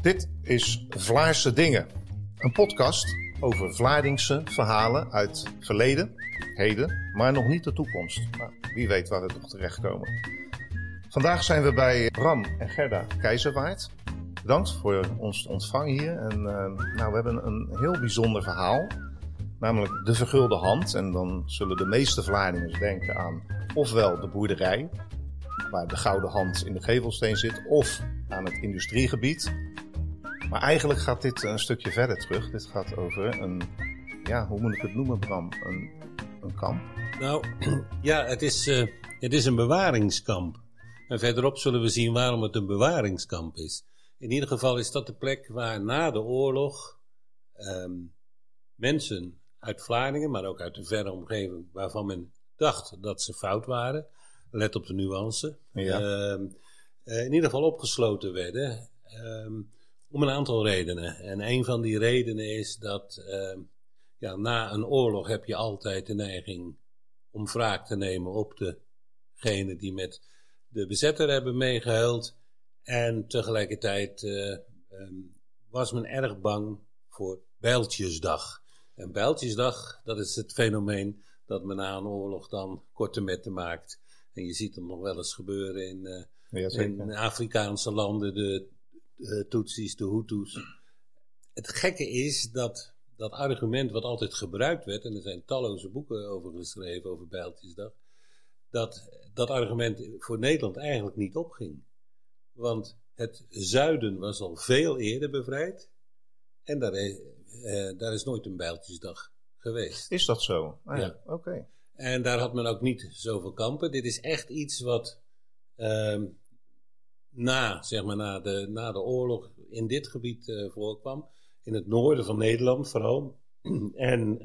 Dit is Vlaarse Dingen, een podcast over Vlaardingse verhalen uit verleden, heden, maar nog niet de toekomst. Nou, wie weet waar we toch terechtkomen. Vandaag zijn we bij Bram en Gerda Keizerwaard. Bedankt voor ons te ontvangen hier. En we hebben een heel bijzonder verhaal, namelijk de Vergulde Hand. En dan zullen de meeste Vlaardingers denken aan ofwel de boerderij, waar de Gouden Hand in de Gevelsteen zit, of aan het industriegebied. Maar eigenlijk gaat dit een stukje verder terug. Dit gaat over een, hoe moet ik het noemen, Bram? Een kamp? Nou, ja, het is een bewaringskamp. En verderop zullen we zien waarom het een bewaringskamp is. In ieder geval is dat de plek waar na de oorlog mensen uit Vlaardingen, maar ook uit de verre omgeving, waarvan men dacht dat ze fout waren, let op de nuance, in ieder geval opgesloten werden om een aantal redenen. En een van die redenen is dat na een oorlog heb je altijd de neiging om wraak te nemen op degene die met de bezetter hebben meegehuild. En tegelijkertijd was men erg bang voor Bijltjesdag. En Bijltjesdag, dat is het fenomeen dat men na een oorlog dan korte metten maakt. En je ziet hem nog wel eens gebeuren in Afrikaanse landen, de Tutsis, de Hutus. Het gekke is dat argument wat altijd gebruikt werd, en er zijn talloze boeken over geschreven over Bijltjesdag, dat argument voor Nederland eigenlijk niet opging. Want het zuiden was al veel eerder bevrijd en daar is nooit een Bijltjesdag geweest. Is dat zo? Ah, ja. Oké. En daar had men ook niet zoveel kampen. Dit is echt iets wat na de oorlog in dit gebied voorkwam. In het noorden van Nederland vooral. En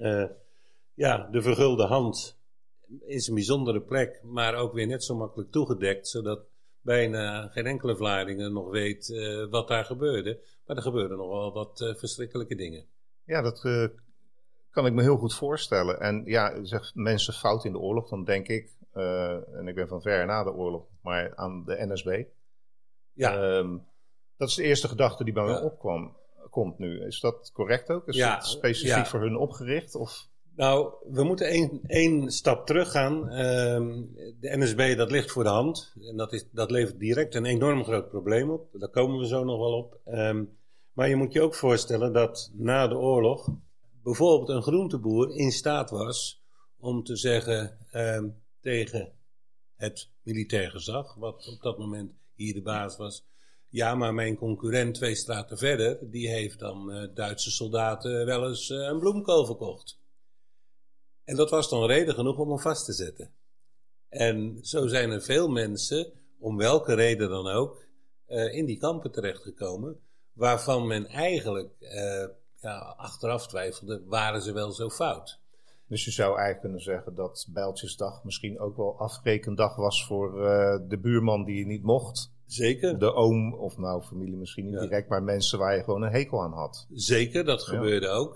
de Vergulde Hand is een bijzondere plek, maar ook weer net zo makkelijk toegedekt, zodat bijna geen enkele Vlaardingen nog weet wat daar gebeurde. Maar er gebeurden nogal wat verschrikkelijke dingen. Ja, dat kan ik me heel goed voorstellen. En ja, zegt mensen fout in de oorlog, dan denk ik, en ik ben van ver na de oorlog, maar aan de NSB. Ja. Dat is de eerste gedachte die bij mij komt nu. Is dat correct ook? Is het specifiek voor hun opgericht? Of? Nou, we moeten één stap terug gaan. De NSB, dat ligt voor de hand. En dat levert direct een enorm groot probleem op. Daar komen we zo nog wel op. Maar je moet je ook voorstellen dat na de oorlog bijvoorbeeld een groenteboer in staat was om te zeggen tegen het militair gezag, wat op dat moment hier de baas was, ja, maar mijn concurrent 2 straten verder, die heeft dan Duitse soldaten wel eens een bloemkool verkocht. En dat was dan reden genoeg om hem vast te zetten. En zo zijn er veel mensen, om welke reden dan ook, in die kampen terechtgekomen, waarvan men eigenlijk achteraf twijfelde, waren ze wel zo fout. Dus je zou eigenlijk kunnen zeggen dat Bijltjesdag misschien ook wel afrekendag was voor de buurman die je niet mocht. Zeker. De oom, of nou familie misschien niet direct, maar mensen waar je gewoon een hekel aan had. Zeker, dat gebeurde ook.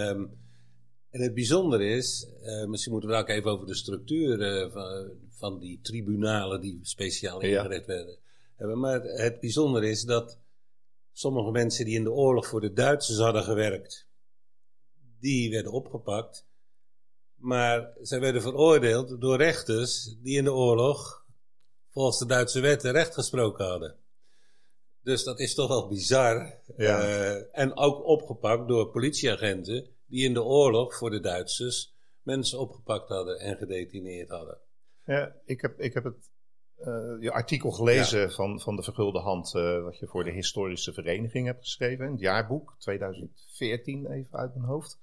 En het bijzondere is, misschien moeten we ook even over de structuur van die tribunalen die speciaal ingericht werden hebben. Maar het bijzondere is dat sommige mensen die in de oorlog voor de Duitsers hadden gewerkt, die werden opgepakt. Maar zij werden veroordeeld door rechters die in de oorlog volgens de Duitse wetten recht gesproken hadden. Dus dat is toch wel bizar. Ja. En ook opgepakt door politieagenten die in de oorlog voor de Duitsers mensen opgepakt hadden en gedetineerd hadden. Ja, ik heb het je artikel gelezen van de Vergulde Hand, wat je voor de historische vereniging hebt geschreven, het jaarboek 2014, even uit mijn hoofd.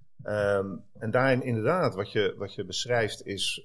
En daarin inderdaad, wat je beschrijft is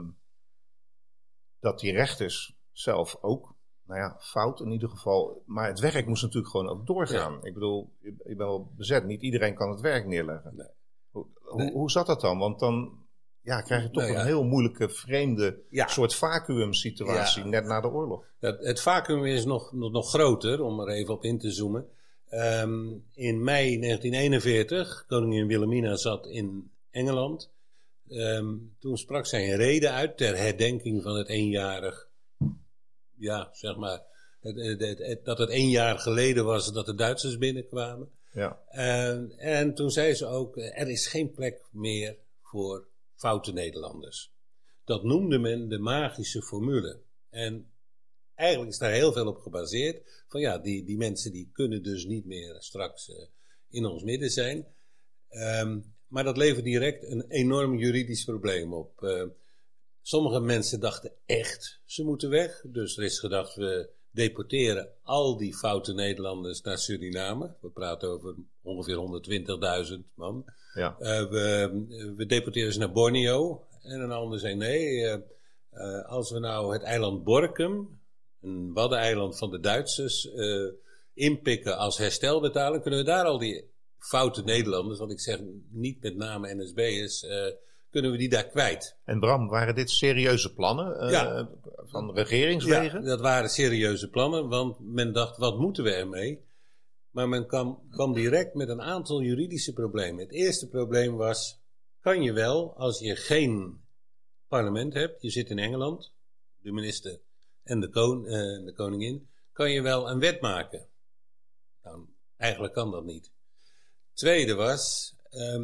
dat die rechters zelf ook, fout in ieder geval, maar het werk moest natuurlijk gewoon ook doorgaan. Ja. Ik bedoel, je bent wel bezet, niet iedereen kan het werk neerleggen. Nee. Hoe zat dat dan? Want dan krijg je toch een heel moeilijke, vreemde soort vacuümsituatie net na de oorlog. Het vacuüm is nog groter, om er even op in te zoomen. In mei 1941, koningin Wilhelmina zat in Engeland. Toen sprak zij een rede uit ter herdenking van het eenjarig dat het 1 jaar geleden was dat de Duitsers binnenkwamen. Ja. En toen zei ze ook, er is geen plek meer voor foute Nederlanders. Dat noemde men de magische formule. En eigenlijk is daar heel veel op gebaseerd. Van ja, die mensen die kunnen dus niet meer straks in ons midden zijn. Maar dat levert direct een enorm juridisch probleem op. Sommige mensen dachten echt, ze moeten weg. Dus er is gedacht, we deporteren al die foute Nederlanders naar Suriname. We praten over ongeveer 120.000 man. Ja. We deporteren ze naar Borneo. En een ander zei nee, als we nou het eiland Borkum, een waddeneiland van de Duitsers, inpikken als herstelbetaling, kunnen we daar al die foute Nederlanders, want ik zeg niet met name NSB'ers, kunnen we die daar kwijt. En Bram, waren dit serieuze plannen van regeringswegen? Ja, dat waren serieuze plannen, want men dacht, wat moeten we ermee? Maar men kwam direct met een aantal juridische problemen. Het eerste probleem was, kan je wel, als je geen parlement hebt, je zit in Engeland, de minister en de koningin, kan je wel een wet maken. Nou, eigenlijk kan dat niet. Tweede was,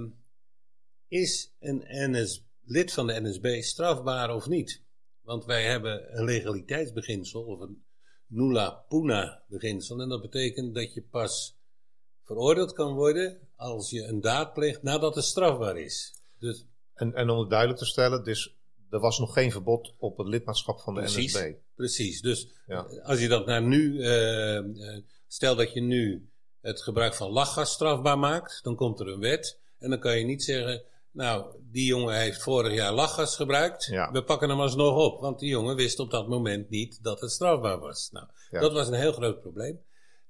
is een lid van de NSB strafbaar of niet? Want wij hebben een legaliteitsbeginsel, of een nulla poena beginsel. En dat betekent dat je pas veroordeeld kan worden als je een daad pleegt nadat het strafbaar is. Dus, en om het duidelijk te stellen, dus er was nog geen verbod op het lidmaatschap van de NSB. Precies, dus als je dat naar nu, stel dat je nu het gebruik van lachgas strafbaar maakt, dan komt er een wet en dan kan je niet zeggen, nou, die jongen heeft vorig jaar lachgas gebruikt, we pakken hem alsnog op, want die jongen wist op dat moment niet dat het strafbaar was. Nou, dat was een heel groot probleem.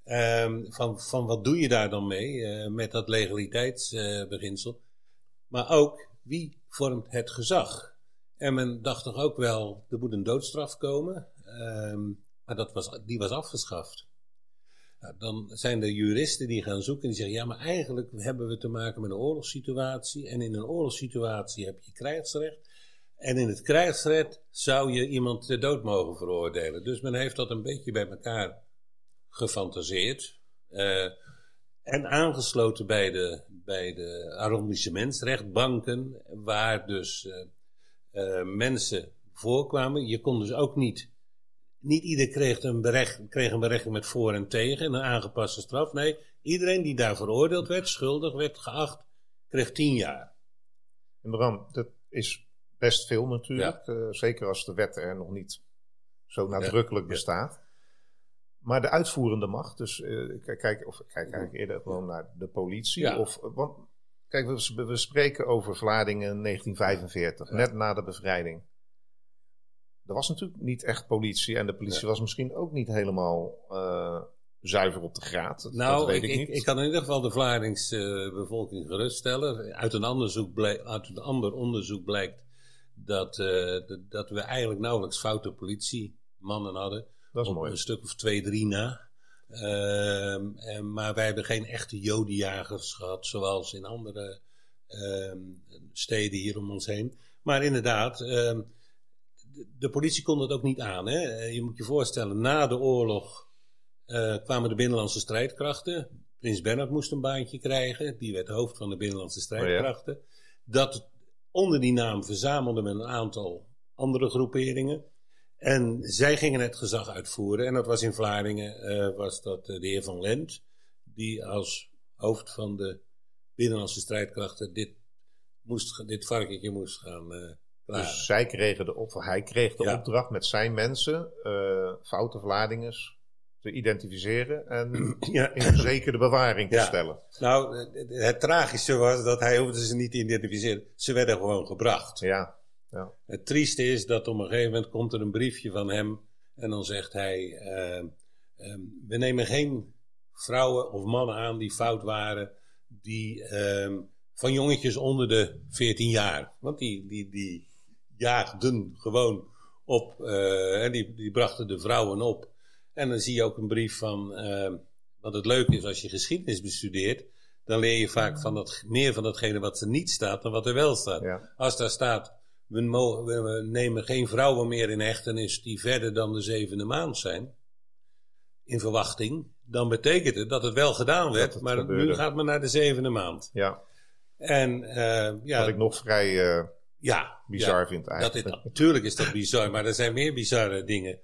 Van wat doe je daar dan mee met dat legaliteitsbeginsel? Maar ook, wie vormt het gezag? En men dacht toch ook wel, er moet een doodstraf komen, maar die was afgeschaft. Nou, dan zijn er juristen die gaan zoeken en die zeggen, ja, maar eigenlijk hebben we te maken met een oorlogssituatie. En in een oorlogssituatie heb je krijgsrecht. En in het krijgsrecht zou je iemand ter dood mogen veroordelen. Dus men heeft dat een beetje bij elkaar gefantaseerd. En aangesloten bij de arrondissementsrechtbanken, waar dus mensen voorkwamen. Je kon dus ook niet ieder kreeg een berechting met voor en tegen en een aangepaste straf. Nee, iedereen die daar veroordeeld werd, schuldig werd geacht, kreeg 10 jaar. En Bram, dat is best veel natuurlijk. Ja. Zeker als de wet er nog niet zo nadrukkelijk bestaat. Maar de uitvoerende macht, dus kijk eigenlijk eerder gewoon naar de politie. Ja. Want kijk, we spreken over Vlaardingen 1945, net na de bevrijding. Er was natuurlijk niet echt politie en de politie was misschien ook niet helemaal zuiver op de graad. Dat weet ik niet. Ik kan in ieder geval de Vlaardingse bevolking geruststellen. Uit een ander onderzoek blijkt dat we eigenlijk nauwelijks foute politiemannen hadden. Dat is mooi. Een stuk of 2, 3 na. Maar wij hebben geen echte jodenjagers gehad, zoals in andere steden hier om ons heen. Maar inderdaad, de politie kon dat ook niet aan. Hè? Je moet je voorstellen, na de oorlog kwamen de binnenlandse strijdkrachten. Prins Bernhard moest een baantje krijgen. Die werd hoofd van de binnenlandse strijdkrachten. Oh ja. Onder die naam verzamelde men een aantal andere groeperingen. En zij gingen het gezag uitvoeren. En dat was in Vlaardingen, was dat de heer Van Lent, die als hoofd van de binnenlandse strijdkrachten dit varkentje moest gaan klaren. Dus hij kreeg de opdracht met zijn mensen foute Vlaardingers te identificeren en in verzekerde bewaring te stellen. Nou, het tragische was dat hij hoefde ze niet te identificeren. Ze werden gewoon gebracht. Ja. Het trieste is dat op een gegeven moment komt er een briefje van hem en dan zegt hij, we nemen geen vrouwen of mannen aan die fout waren, die van jongetjes onder de 14 jaar. Want die jaagden gewoon op, en die brachten de vrouwen op. En dan zie je ook een brief van, wat het leuke is als je geschiedenis bestudeert, dan leer je vaak meer van datgene wat er niet staat dan wat er wel staat. Ja. Als daar staat, we nemen geen vrouwen meer in hechtenis die verder dan de 7e maand zijn, in verwachting, dan betekent het dat het wel gedaan werd, maar gebeurde. Nu gaat men naar de 7e maand. Ja. En, wat ik nog vrij bizar vind eigenlijk. Natuurlijk is dat bizar, maar er zijn meer bizarre dingen.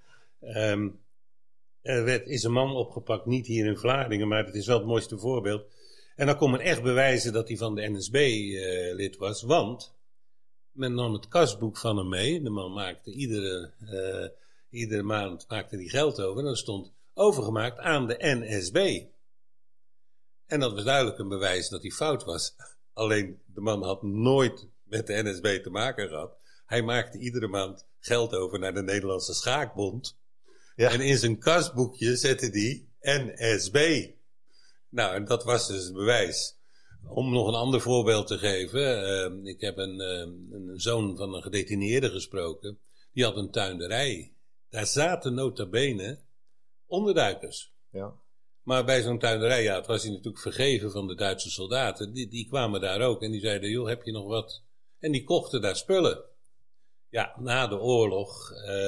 Is een man opgepakt, niet hier in Vlaardingen, maar het is wel het mooiste voorbeeld. En dan kon men echt bewijzen dat hij van de NSB lid was, want men nam het kasboek van hem mee. De man maakte iedere maand maakte hij geld over en dat stond overgemaakt aan de NSB. En dat was duidelijk een bewijs dat hij fout was. Alleen de man had nooit met de NSB te maken gehad. Hij maakte iedere maand geld over naar de Nederlandse Schaakbond. Ja. En in zijn kasboekje zette hij NSB. Nou, en dat was dus het bewijs. Om nog een ander voorbeeld te geven. Ik heb een zoon van een gedetineerde gesproken. Die had een tuinderij. Daar zaten nota bene onderduikers. Ja. Maar bij zo'n tuinderij, het was hij natuurlijk vergeven van de Duitse soldaten. Die kwamen daar ook en die zeiden, joh, heb je nog wat? En die kochten daar spullen. Ja, na de oorlog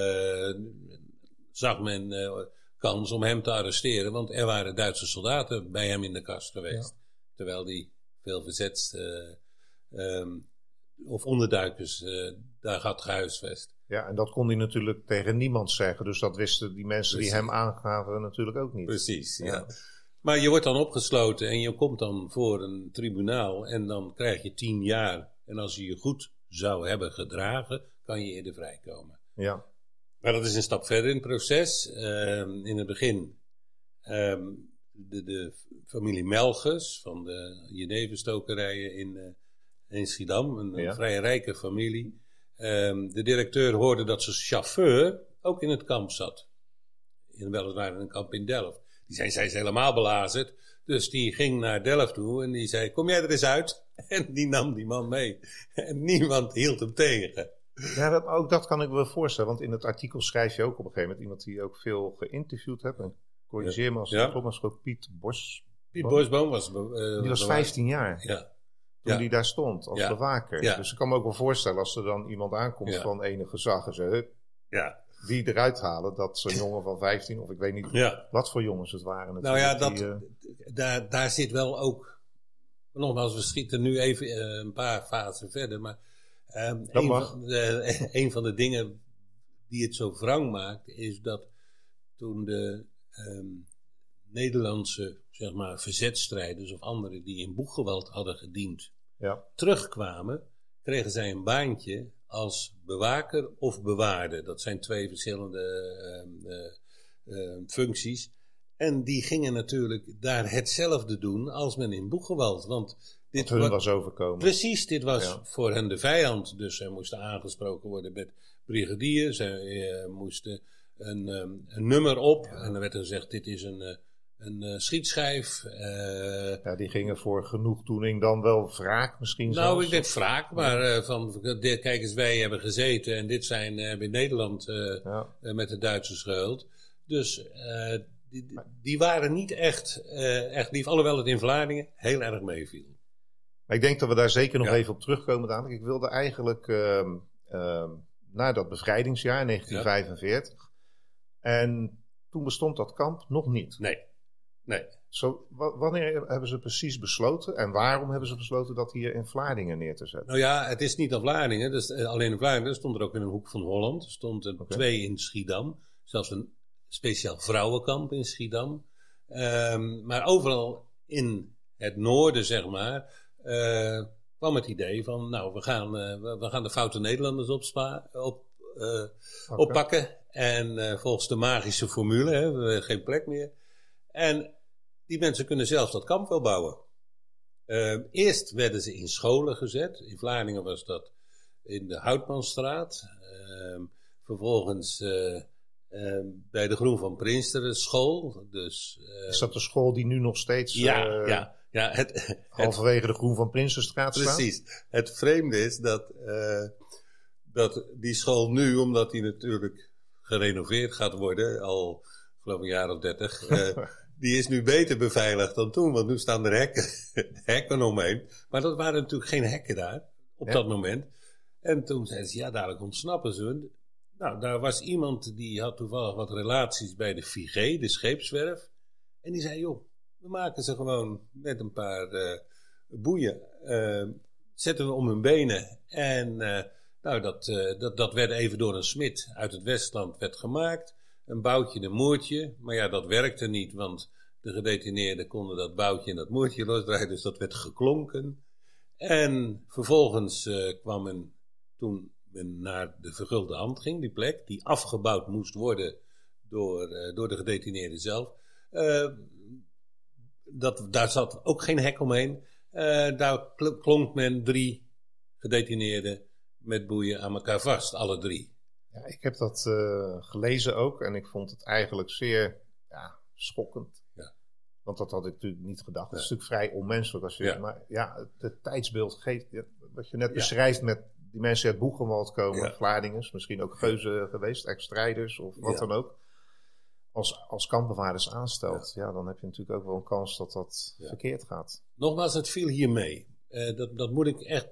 zag men kans om hem te arresteren, want er waren Duitse soldaten bij hem in de kast geweest. Ja. Terwijl die veel verzets of onderduikers daar had gehuisvest. Ja, en dat kon hij natuurlijk tegen niemand zeggen. Dus dat wisten die mensen die hem aangaven natuurlijk ook niet. Precies, ja. Maar je wordt dan opgesloten en je komt dan voor een tribunaal en dan krijg je 10 jaar. En als je je goed zou hebben gedragen, kan je eerder vrijkomen. Ja. Maar dat is een stap verder in het proces. In het begin de familie Melges van de jeneverstokerijen in Schiedam. Een vrij rijke familie. De directeur hoorde dat zijn chauffeur ook in het kamp zat. Weliswaar in een kamp in Delft. Die zijn helemaal belazerd. Dus die ging naar Delft toe en die zei, kom jij er eens uit? En die nam die man mee. En niemand hield hem tegen. Ja, ook dat kan ik me wel voorstellen. Want in het artikel schrijf je ook op een gegeven moment iemand die ook veel geïnterviewd hebt. En corrigeer me als het klopt, maar is ook Piet Bosboom. Piet Bosboom was... die was 15 jaar. Ja. Toen die daar stond als bewaker. Ja. Dus ik kan me ook wel voorstellen als er dan iemand aankomt van enig gezag en ze die eruit halen, dat zo'n jongen van 15 of ik weet niet wat voor jongens het waren. Nou ja, daar zit wel ook, nogmaals, we schieten nu even een paar fasen verder, maar een van de dingen die het zo wrang maakt, is dat toen de Nederlandse, zeg maar, verzetstrijders of anderen die in boeggeweld hadden gediend, terugkwamen, kregen zij een baantje als bewaker of bewaarder. Dat zijn 2 verschillende functies. En die gingen natuurlijk daar hetzelfde doen als men in boeggeweld. Want dit was overkomen. Precies, dit was voor hen de vijand. Dus zij moesten aangesproken worden met brigadier. Zij moesten een nummer op. En dan werd er gezegd, dit is een schietschijf. Die gingen voor genoegdoening dan wel wraak misschien zelfs? Nou, ik denk wraak, maar kijk eens, wij hebben gezeten en dit hebben in Nederland met de Duitsers geheuld. Dus die waren niet echt lief, alhoewel het in Vlaardingen heel erg meeviel. Maar ik denk dat we daar zeker nog even op terugkomen dadelijk. Ik wilde eigenlijk naar dat bevrijdingsjaar 1945. En toen bestond dat kamp nog niet. Nee. Wanneer hebben ze precies besloten en waarom hebben ze besloten dat hier in Vlaardingen neer te zetten? Nou ja, het is niet aan Vlaardingen. Dus, alleen in Vlaardingen stond er ook in een hoek van Holland. Er stond er 2 in Schiedam. Zelfs een speciaal vrouwenkamp in Schiedam. Maar overal in het noorden, zeg maar, kwam het idee van, nou, we gaan de foute Nederlanders oppakken. En volgens de magische formule hebben we geen plek meer. En die mensen kunnen zelfs dat kamp wel bouwen. Eerst werden ze in scholen gezet. In Vlaardingen was dat in de Houtmanstraat. Vervolgens bij de Groen van Prinsteren school. Dus, is dat de school die nu nog steeds halverwege de Groen van Prinsenstraat staat? Precies. Het vreemde is dat die school nu, omdat die natuurlijk gerenoveerd gaat worden, al geloof een jaar of 30... die is nu beter beveiligd dan toen, want nu staan er hekken omheen. Maar dat waren natuurlijk geen hekken daar, op dat moment. En toen zeiden ze, dadelijk ontsnappen ze. Nou, daar was iemand die had toevallig wat relaties bij de Vigé, de scheepswerf. En die zei, joh, we maken ze gewoon met een paar boeien. Zetten we om hun benen. En dat werd even door een smid uit het Westland werd gemaakt. Een boutje, een moertje. Maar ja, dat werkte niet, want de gedetineerden konden dat boutje en dat moertje losdraaien. Dus dat werd geklonken. En vervolgens kwam men, toen men naar de Vergulde Hand ging, die plek, die afgebouwd moest worden door de gedetineerden zelf. Daar zat ook geen hek omheen. Daar klonk men 3 gedetineerden met boeien aan elkaar vast, alle 3. Ja, ik heb dat gelezen ook en ik vond het eigenlijk zeer schokkend. Ja. Want dat had ik natuurlijk niet gedacht. Het is natuurlijk vrij onmenselijk. Maar ja, het tijdsbeeld geeft, wat je net beschrijft met die mensen uit Boegenwald komen, Vlaardingers, misschien ook geuzen geweest, ex-strijders of wat dan ook. Als kampbewaarders aanstelt, dan heb je natuurlijk ook wel een kans dat dat verkeerd gaat. Nogmaals, het viel hier mee. Dat moet ik echt...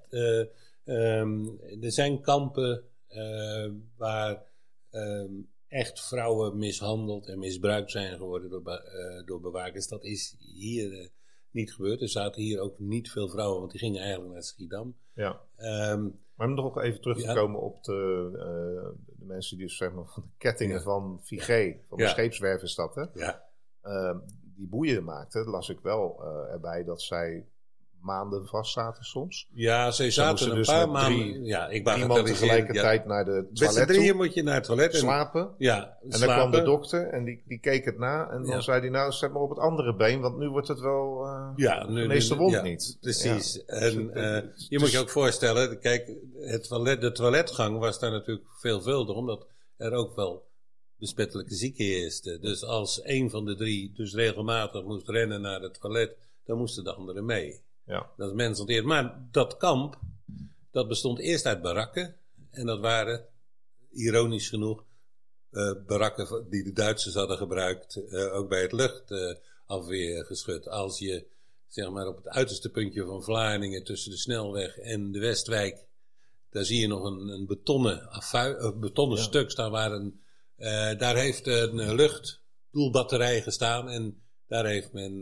er zijn kampen waar echt vrouwen mishandeld en misbruikt zijn geworden door bewakers. Dat is hier niet gebeurd. Er zaten hier ook niet veel vrouwen, want die gingen eigenlijk naar Schiedam. Ja. Maar om nog even terug te komen op de mensen die zeg maar van de kettingen van Vigé, van de scheepswerf is dat, hè? Ja. Die boeien maakten, las ik wel erbij dat zij maanden vast zaten soms. Ja, ze zaten een paar maanden. Ja, ik iemand tegelijkertijd naar de toilet. Met z'n drieën moet je naar het toilet. Slapen. Ja, en dan kwam de dokter en die keek het na. En dan zei hij, nou, zet maar op het andere been, want nu wordt het wel de meeste wond niet. Precies. Ja. En je moet je ook voorstellen, kijk, de toiletgang was daar natuurlijk veelvuldig, omdat er ook wel besmettelijke zieken heersten. Dus als een van de 3 dus regelmatig moest rennen naar het toilet, dan moesten de anderen mee. Ja. Dat is mensonteerd. Maar dat kamp, dat bestond eerst uit barakken. En dat waren, ironisch genoeg, barakken die de Duitsers hadden gebruikt, ook bij het luchtafweergeschut. Als je, zeg maar, op het uiterste puntje van Vlaardingen, tussen de snelweg en de Westwijk, daar zie je nog een betonnen stuk staan daar heeft een luchtdoelbatterij gestaan. En daar heeft men...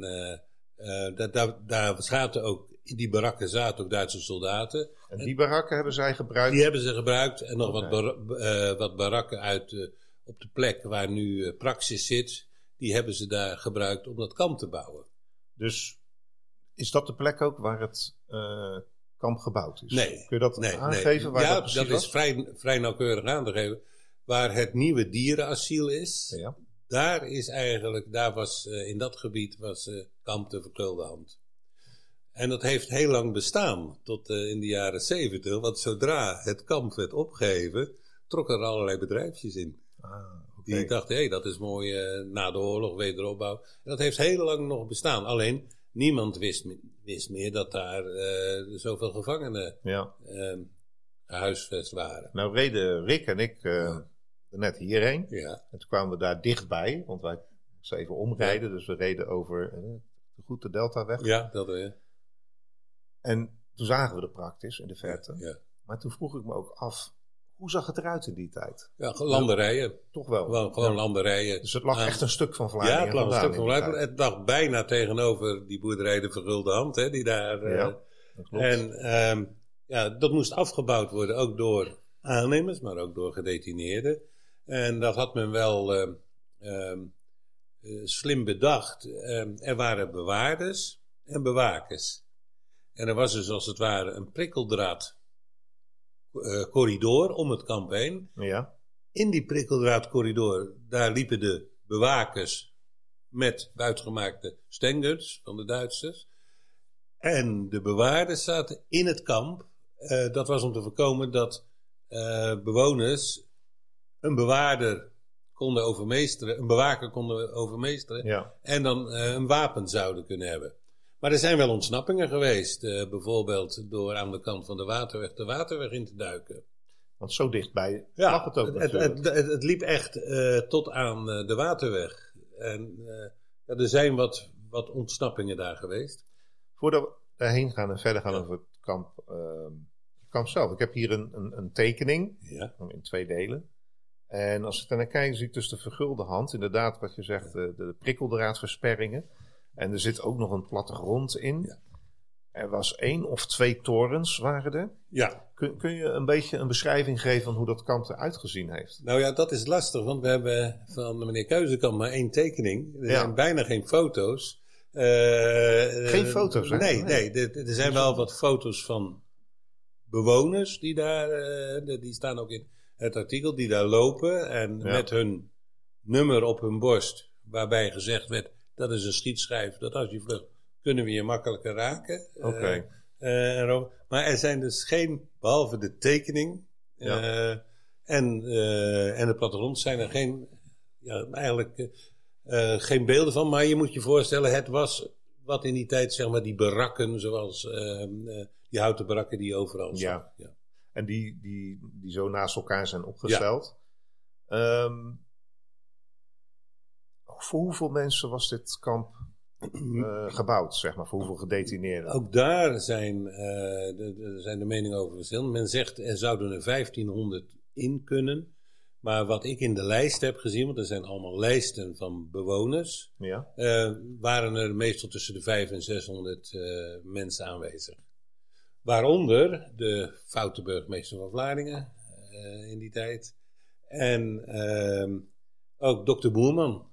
Daar zaten ook, in die barakken zaten ook Duitse soldaten. En die barakken hebben zij gebruikt? Die hebben ze gebruikt. En nog wat barakken op de plek waar nu Praxis zit, die hebben ze daar gebruikt om dat kamp te bouwen. Dus is dat de plek ook waar het kamp gebouwd is? Nee. Kun je dat aangeven? Nee. Waar dat is vrij nauwkeurig aan te geven. Waar het nieuwe dierenasiel is... Ja. Daar was in dat gebied kamp de Vergulde Hand. En dat heeft heel lang bestaan, tot in de jaren 70. Want zodra het kamp werd opgeheven, trokken er allerlei bedrijfjes in. Die dachten, dat is mooi na de oorlog, wederopbouw. En dat heeft heel lang nog bestaan. Alleen, niemand wist meer dat daar zoveel gevangenen gehuisvest waren. Nou reden Rick en ik... net hierheen. Ja. En toen kwamen we daar dichtbij, want wij moesten even omrijden. Ja. Dus we reden over de Deltaweg. Ja, dat weer. En toen zagen we de Praxis in de verte. Ja. Maar toen vroeg ik me ook af, hoe zag het eruit in die tijd? Ja, landerijen. Toch wel. Gewoon landerijen. Dus het lag echt een stuk van Vlaardingen. Ja, het lag een stuk van Vlaardingen. Het lag bijna tegenover die boerderij de Vergulde Hand, hè, die daar... dat klopt. En dat moest afgebouwd worden, ook door aannemers, maar ook door gedetineerden. En dat had men wel slim bedacht. Er waren bewaarders en bewakers. En er was dus als het ware een prikkeldraad corridor om het kamp heen. Ja. In die prikkeldraadcorridor, daar liepen de bewakers met buitengemaakte stenguns van de Duitsers. En de bewaarders zaten in het kamp. Dat was om te voorkomen dat bewoners een bewaker konden overmeesteren en dan een wapen zouden kunnen hebben. Maar er zijn wel ontsnappingen geweest, bijvoorbeeld door aan de kant van de waterweg in te duiken. Want zo dichtbij lag het ook natuurlijk. Het liep echt tot aan de waterweg. En er zijn wat ontsnappingen daar geweest. Voordat we daarheen gaan en verder gaan over het kamp zelf. Ik heb hier een tekening in 2 delen. En als ik daar naar kijk, zie ik dus de vergulde hand. Inderdaad, wat je zegt, de prikkeldraadversperringen. En er zit ook nog een plattegrond in. Ja. Er was 1 of 2 torens, waren er. Ja. Kun je een beetje een beschrijving geven van hoe dat kamp eruit gezien heeft? Nou ja, dat is lastig, want we hebben van meneer Keuzekamp maar 1 tekening. Er zijn bijna geen foto's. Geen foto's, hè? Nee. Er zijn wel wat foto's van bewoners die daar, die staan ook in het artikel, die daar lopen. En met hun nummer op hun borst, waarbij gezegd werd, dat is een schietschijf, dat als je vlucht, kunnen we je makkelijker raken. Oké. Maar er zijn dus geen, behalve de tekening en de plattegrond, zijn er geen, geen beelden van. Maar je moet je voorstellen, het was wat in die tijd, zeg maar, die barakken, zoals die houten barakken die overal zijn. Ja. En die zo naast elkaar zijn opgesteld. Ja. Voor hoeveel mensen was dit kamp gebouwd, zeg maar, voor hoeveel gedetineerden? Ook daar zijn de meningen over verschillend. Men zegt er zouden er 1500 in kunnen. Maar wat ik in de lijst heb gezien, want er zijn allemaal lijsten van bewoners, waren er meestal tussen de 500 en 600 mensen aanwezig. Waaronder de foute burgemeester van Vlaardingen in die tijd. En ook dokter Boerman.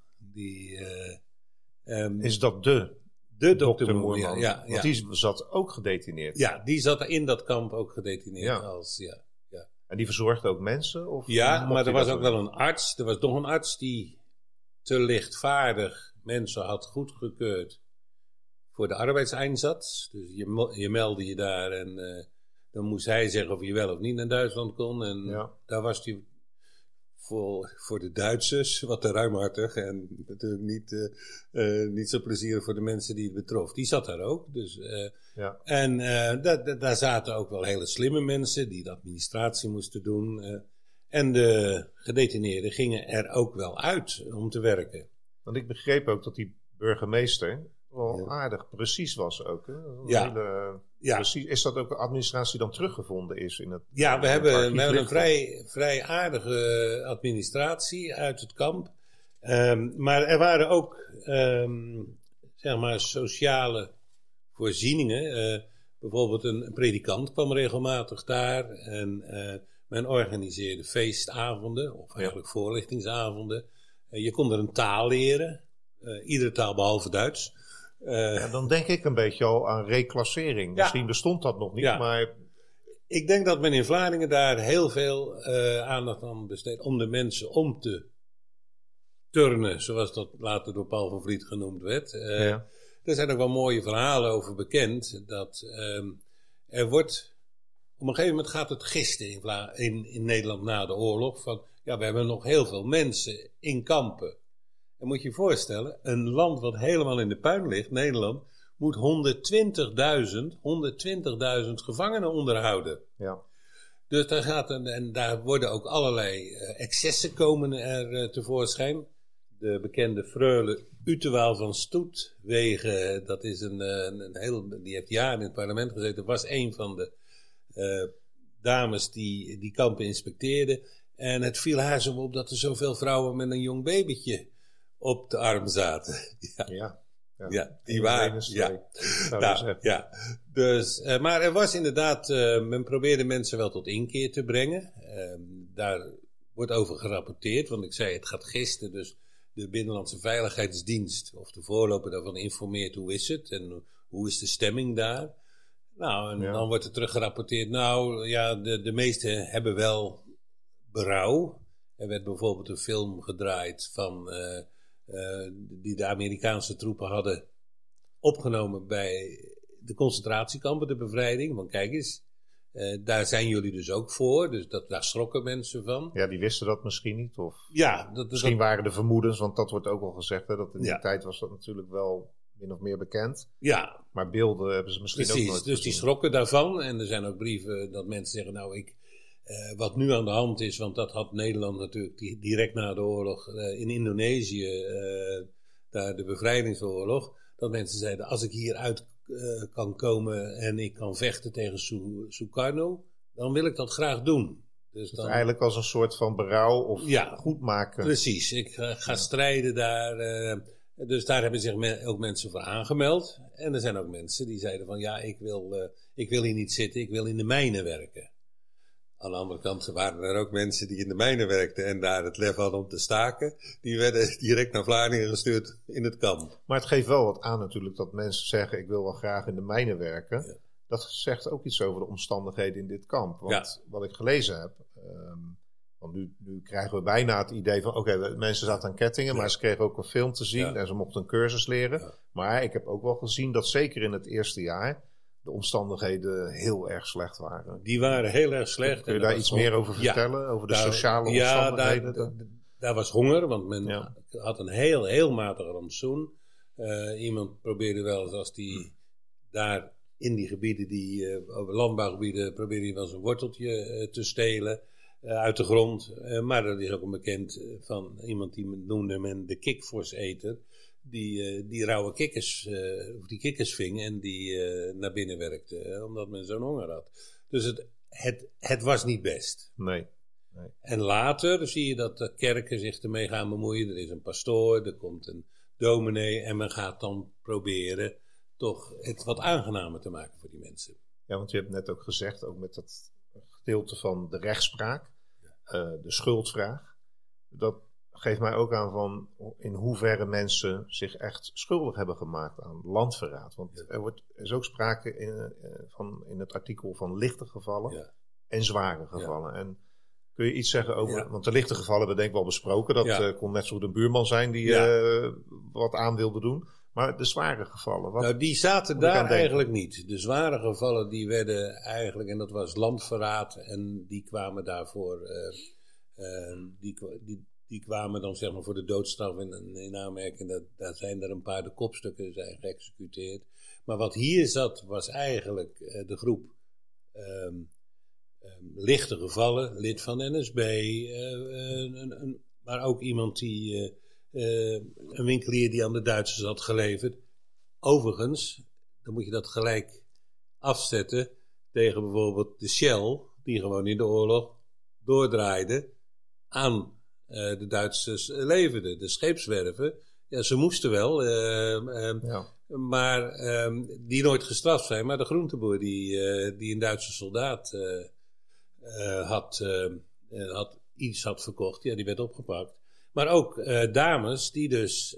Is dat de dokter Boerman? Ja. Want die zat ook gedetineerd. Ja, die zat in dat kamp ook gedetineerd. En die verzorgde ook mensen? Of maar er was ook wel een arts. Er was nog een arts die te lichtvaardig mensen had goedgekeurd voor de arbeidseinsatz. Dus je meldde je daar en dan moest hij zeggen of je wel of niet naar Duitsland kon. En daar was hij voor de Duitsers wat te ruimhartig en natuurlijk niet zo plezierig voor de mensen die het betrof. Die zat daar ook. Dus, En daar zaten ook wel hele slimme mensen die de administratie moesten doen. En de gedetineerden gingen er ook wel uit om te werken. Want ik begreep ook dat die burgemeester wel aardig precies was ook. Hè? Precies. Is dat ook een administratie dan teruggevonden is in het? Ja, we hebben een vrij aardige administratie uit het kamp. Maar er waren ook zeg maar sociale voorzieningen. Bijvoorbeeld een predikant kwam regelmatig daar. En men organiseerde feestavonden, of eigenlijk voorlichtingsavonden. Je kon er een taal leren. Iedere taal behalve Duits. Dan denk ik een beetje al aan reclassering. Misschien bestond dat nog niet, maar... Ik denk dat men in Vlaardingen daar heel veel aandacht aan besteedt om de mensen om te turnen, zoals dat later door Paul van Vliet genoemd werd. Er zijn ook wel mooie verhalen over bekend, dat er wordt... Op een gegeven moment gaat het gisten in Nederland na de oorlog, van we hebben nog heel veel mensen in kampen. En moet je je voorstellen, een land wat helemaal in de puin ligt, Nederland, moet 120.000 gevangenen onderhouden. Ja. Dus daar worden ook allerlei excessen komen er tevoorschijn. De bekende freule Utewaal van Stoetwegen, dat is die heeft jaren in het parlement gezeten, was een van de dames die kampen inspecteerde. En het viel haar zo op dat er zoveel vrouwen met een jong babytje op de arm zaten. Die waren. Dus, maar er was inderdaad, men probeerde mensen wel tot inkeer te brengen. Daar wordt over gerapporteerd, want ik zei het gaat gisten, dus de Binnenlandse Veiligheidsdienst, of de voorloper daarvan, informeert hoe is het en hoe is de stemming daar. Nou, en dan wordt er terug gerapporteerd, de meesten hebben wel berouw. Er werd bijvoorbeeld een film gedraaid van... die de Amerikaanse troepen hadden opgenomen bij de concentratiekampen, de bevrijding. Want kijk eens, daar zijn jullie dus ook voor. Dus daar schrokken mensen van. Ja, die wisten dat misschien niet. Of misschien waren de vermoedens, want dat wordt ook al gezegd. Hè, dat in die tijd was dat natuurlijk wel min of meer bekend. Ja. Maar beelden hebben ze misschien ook nooit gezien. Dus die schrokken daarvan. En er zijn ook brieven dat mensen zeggen, wat nu aan de hand is, want dat had Nederland natuurlijk direct na de oorlog in Indonesië, daar de bevrijdingsoorlog, dat mensen zeiden, als ik hieruit kan komen en ik kan vechten tegen Sukarno, dan wil ik dat graag doen. Dus dan, eigenlijk als een soort van berouw of goedmaken. Precies, ik ga strijden daar. Dus daar hebben zich ook mensen voor aangemeld. En er zijn ook mensen die zeiden van ik wil hier niet zitten, ik wil in de mijnen werken. Aan de andere kant waren er ook mensen die in de mijnen werkten en daar het lef hadden om te staken. Die werden direct naar Vlaardingen gestuurd in het kamp. Maar het geeft wel wat aan natuurlijk dat mensen zeggen ik wil wel graag in de mijnen werken. Ja. Dat zegt ook iets over de omstandigheden in dit kamp. Want wat ik gelezen heb, want nu krijgen we bijna het idee van oké, mensen zaten aan kettingen, maar ze kregen ook een film te zien en ze mochten een cursus leren. Ja. Maar ik heb ook wel gezien dat zeker in het eerste jaar de omstandigheden heel erg slecht waren. Die waren heel erg slecht. Kun je daar iets meer over vertellen? Over de sociale omstandigheden? Daar was honger, want men had een heel matig rantsoen. Iemand probeerde wel eens als die daar in die gebieden, over landbouwgebieden, probeerde hij wel eens een worteltje te stelen uit de grond. Maar dat is ook een bekend van iemand die noemde men de kikvorseter. Die rauwe kikkers, of die kikkers ving en die naar binnen werkte, omdat men zo'n honger had. Dus het was niet best. Nee. En later zie je dat de kerken zich ermee gaan bemoeien. Er is een pastoor, er komt een dominee en men gaat dan proberen toch het wat aangenamer te maken voor die mensen. Ja, want je hebt net ook gezegd, ook met dat gedeelte van de rechtspraak, de schuldvraag, dat geeft mij ook aan van in hoeverre mensen zich echt schuldig hebben gemaakt aan landverraad. Want er is ook sprake in het artikel van lichte gevallen en zware gevallen. En kun je iets zeggen over, want de lichte gevallen hebben we denk ik wel besproken, dat kon net zo goed een buurman zijn die wat aan wilde doen. Maar de zware gevallen, die zaten daar eigenlijk niet. De zware gevallen die werden eigenlijk, en dat was landverraad, en die kwamen daarvoor, die kwamen dan zeg maar voor de doodstraf in aanmerking. Daar zijn er een paar, de kopstukken zijn geëxecuteerd. Maar wat hier zat was eigenlijk de groep lichte gevallen, lid van NSB, maar ook iemand die een winkelier die aan de Duitsers had geleverd. Overigens, dan moet je dat gelijk afzetten tegen bijvoorbeeld de Shell, die gewoon in de oorlog doordraaide aan de Duitsers leverden. De scheepswerven, ze moesten wel, maar die nooit gestraft zijn. Maar de groenteboer die een Duitse soldaat had verkocht, die werd opgepakt. Maar ook dames die dus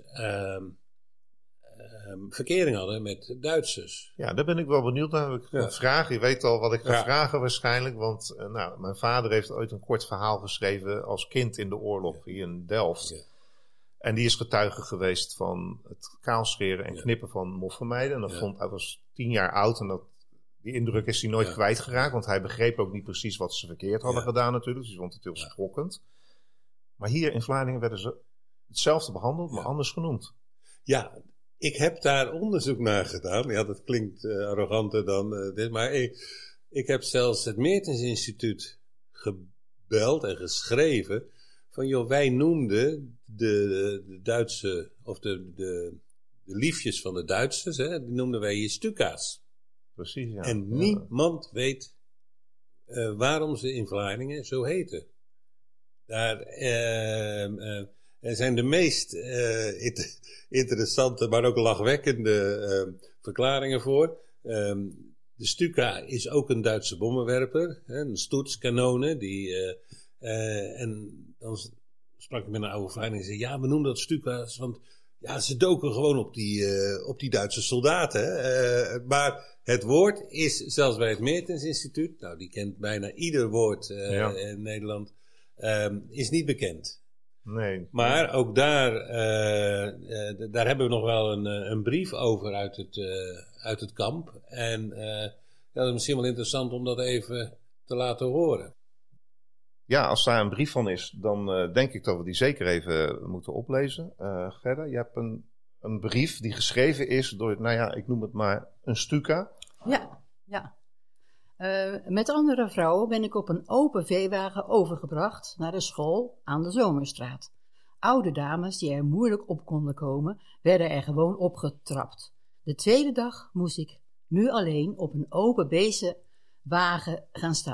verkering hadden met Duitsers. Ja, daar ben ik wel benieuwd naar. Ik ga vragen. Je weet al wat ik ga vragen waarschijnlijk. Want mijn vader heeft ooit een kort verhaal geschreven als kind in de oorlog hier in Delft. Ja. En die is getuige geweest van het kaalscheren en knippen van moffenmeiden. En hij was 10 jaar oud en die indruk is hij nooit kwijtgeraakt. Want hij begreep ook niet precies wat ze verkeerd hadden gedaan natuurlijk. Dus hij vond het heel schokkend. Maar hier in Vlaardingen werden ze hetzelfde behandeld, maar anders genoemd. Ja, ik heb daar onderzoek naar gedaan. Ja, dat klinkt arroganter dan dit. Maar ik heb zelfs het Meertens Instituut gebeld en geschreven. Van joh, wij noemden de Duitse, of de liefjes van de Duitsers, die noemden wij hier stuka's. Precies, ja. En niemand weet waarom ze in Vlaardingen zo heten. Daar zijn de meest interessante, maar ook lachwekkende verklaringen voor. De Stuka is ook een Duitse bommenwerper, een Sturzkanone. En dan sprak ik met een oude Vlaarding en zei: ja, we noemen dat Stuka's, want ze doken gewoon op die Duitse soldaten. Maar het woord is zelfs bij het Meertens Instituut, nou die kent bijna ieder woord in Nederland, is niet bekend. Nee. Maar ook daar hebben we nog wel een brief over uit het kamp. En dat is misschien wel interessant om dat even te laten horen. Ja, als daar een brief van is, dan denk ik dat we die zeker even moeten oplezen. Gerda, je hebt een brief die geschreven is door, ik noem het maar een Stuka. Ja. Met andere vrouwen ben ik op een open veewagen overgebracht naar de school aan de Zomerstraat. Oude dames die er moeilijk op konden komen, werden er gewoon opgetrapt. De tweede dag moest ik nu alleen op een open bezenwagen gaan staan.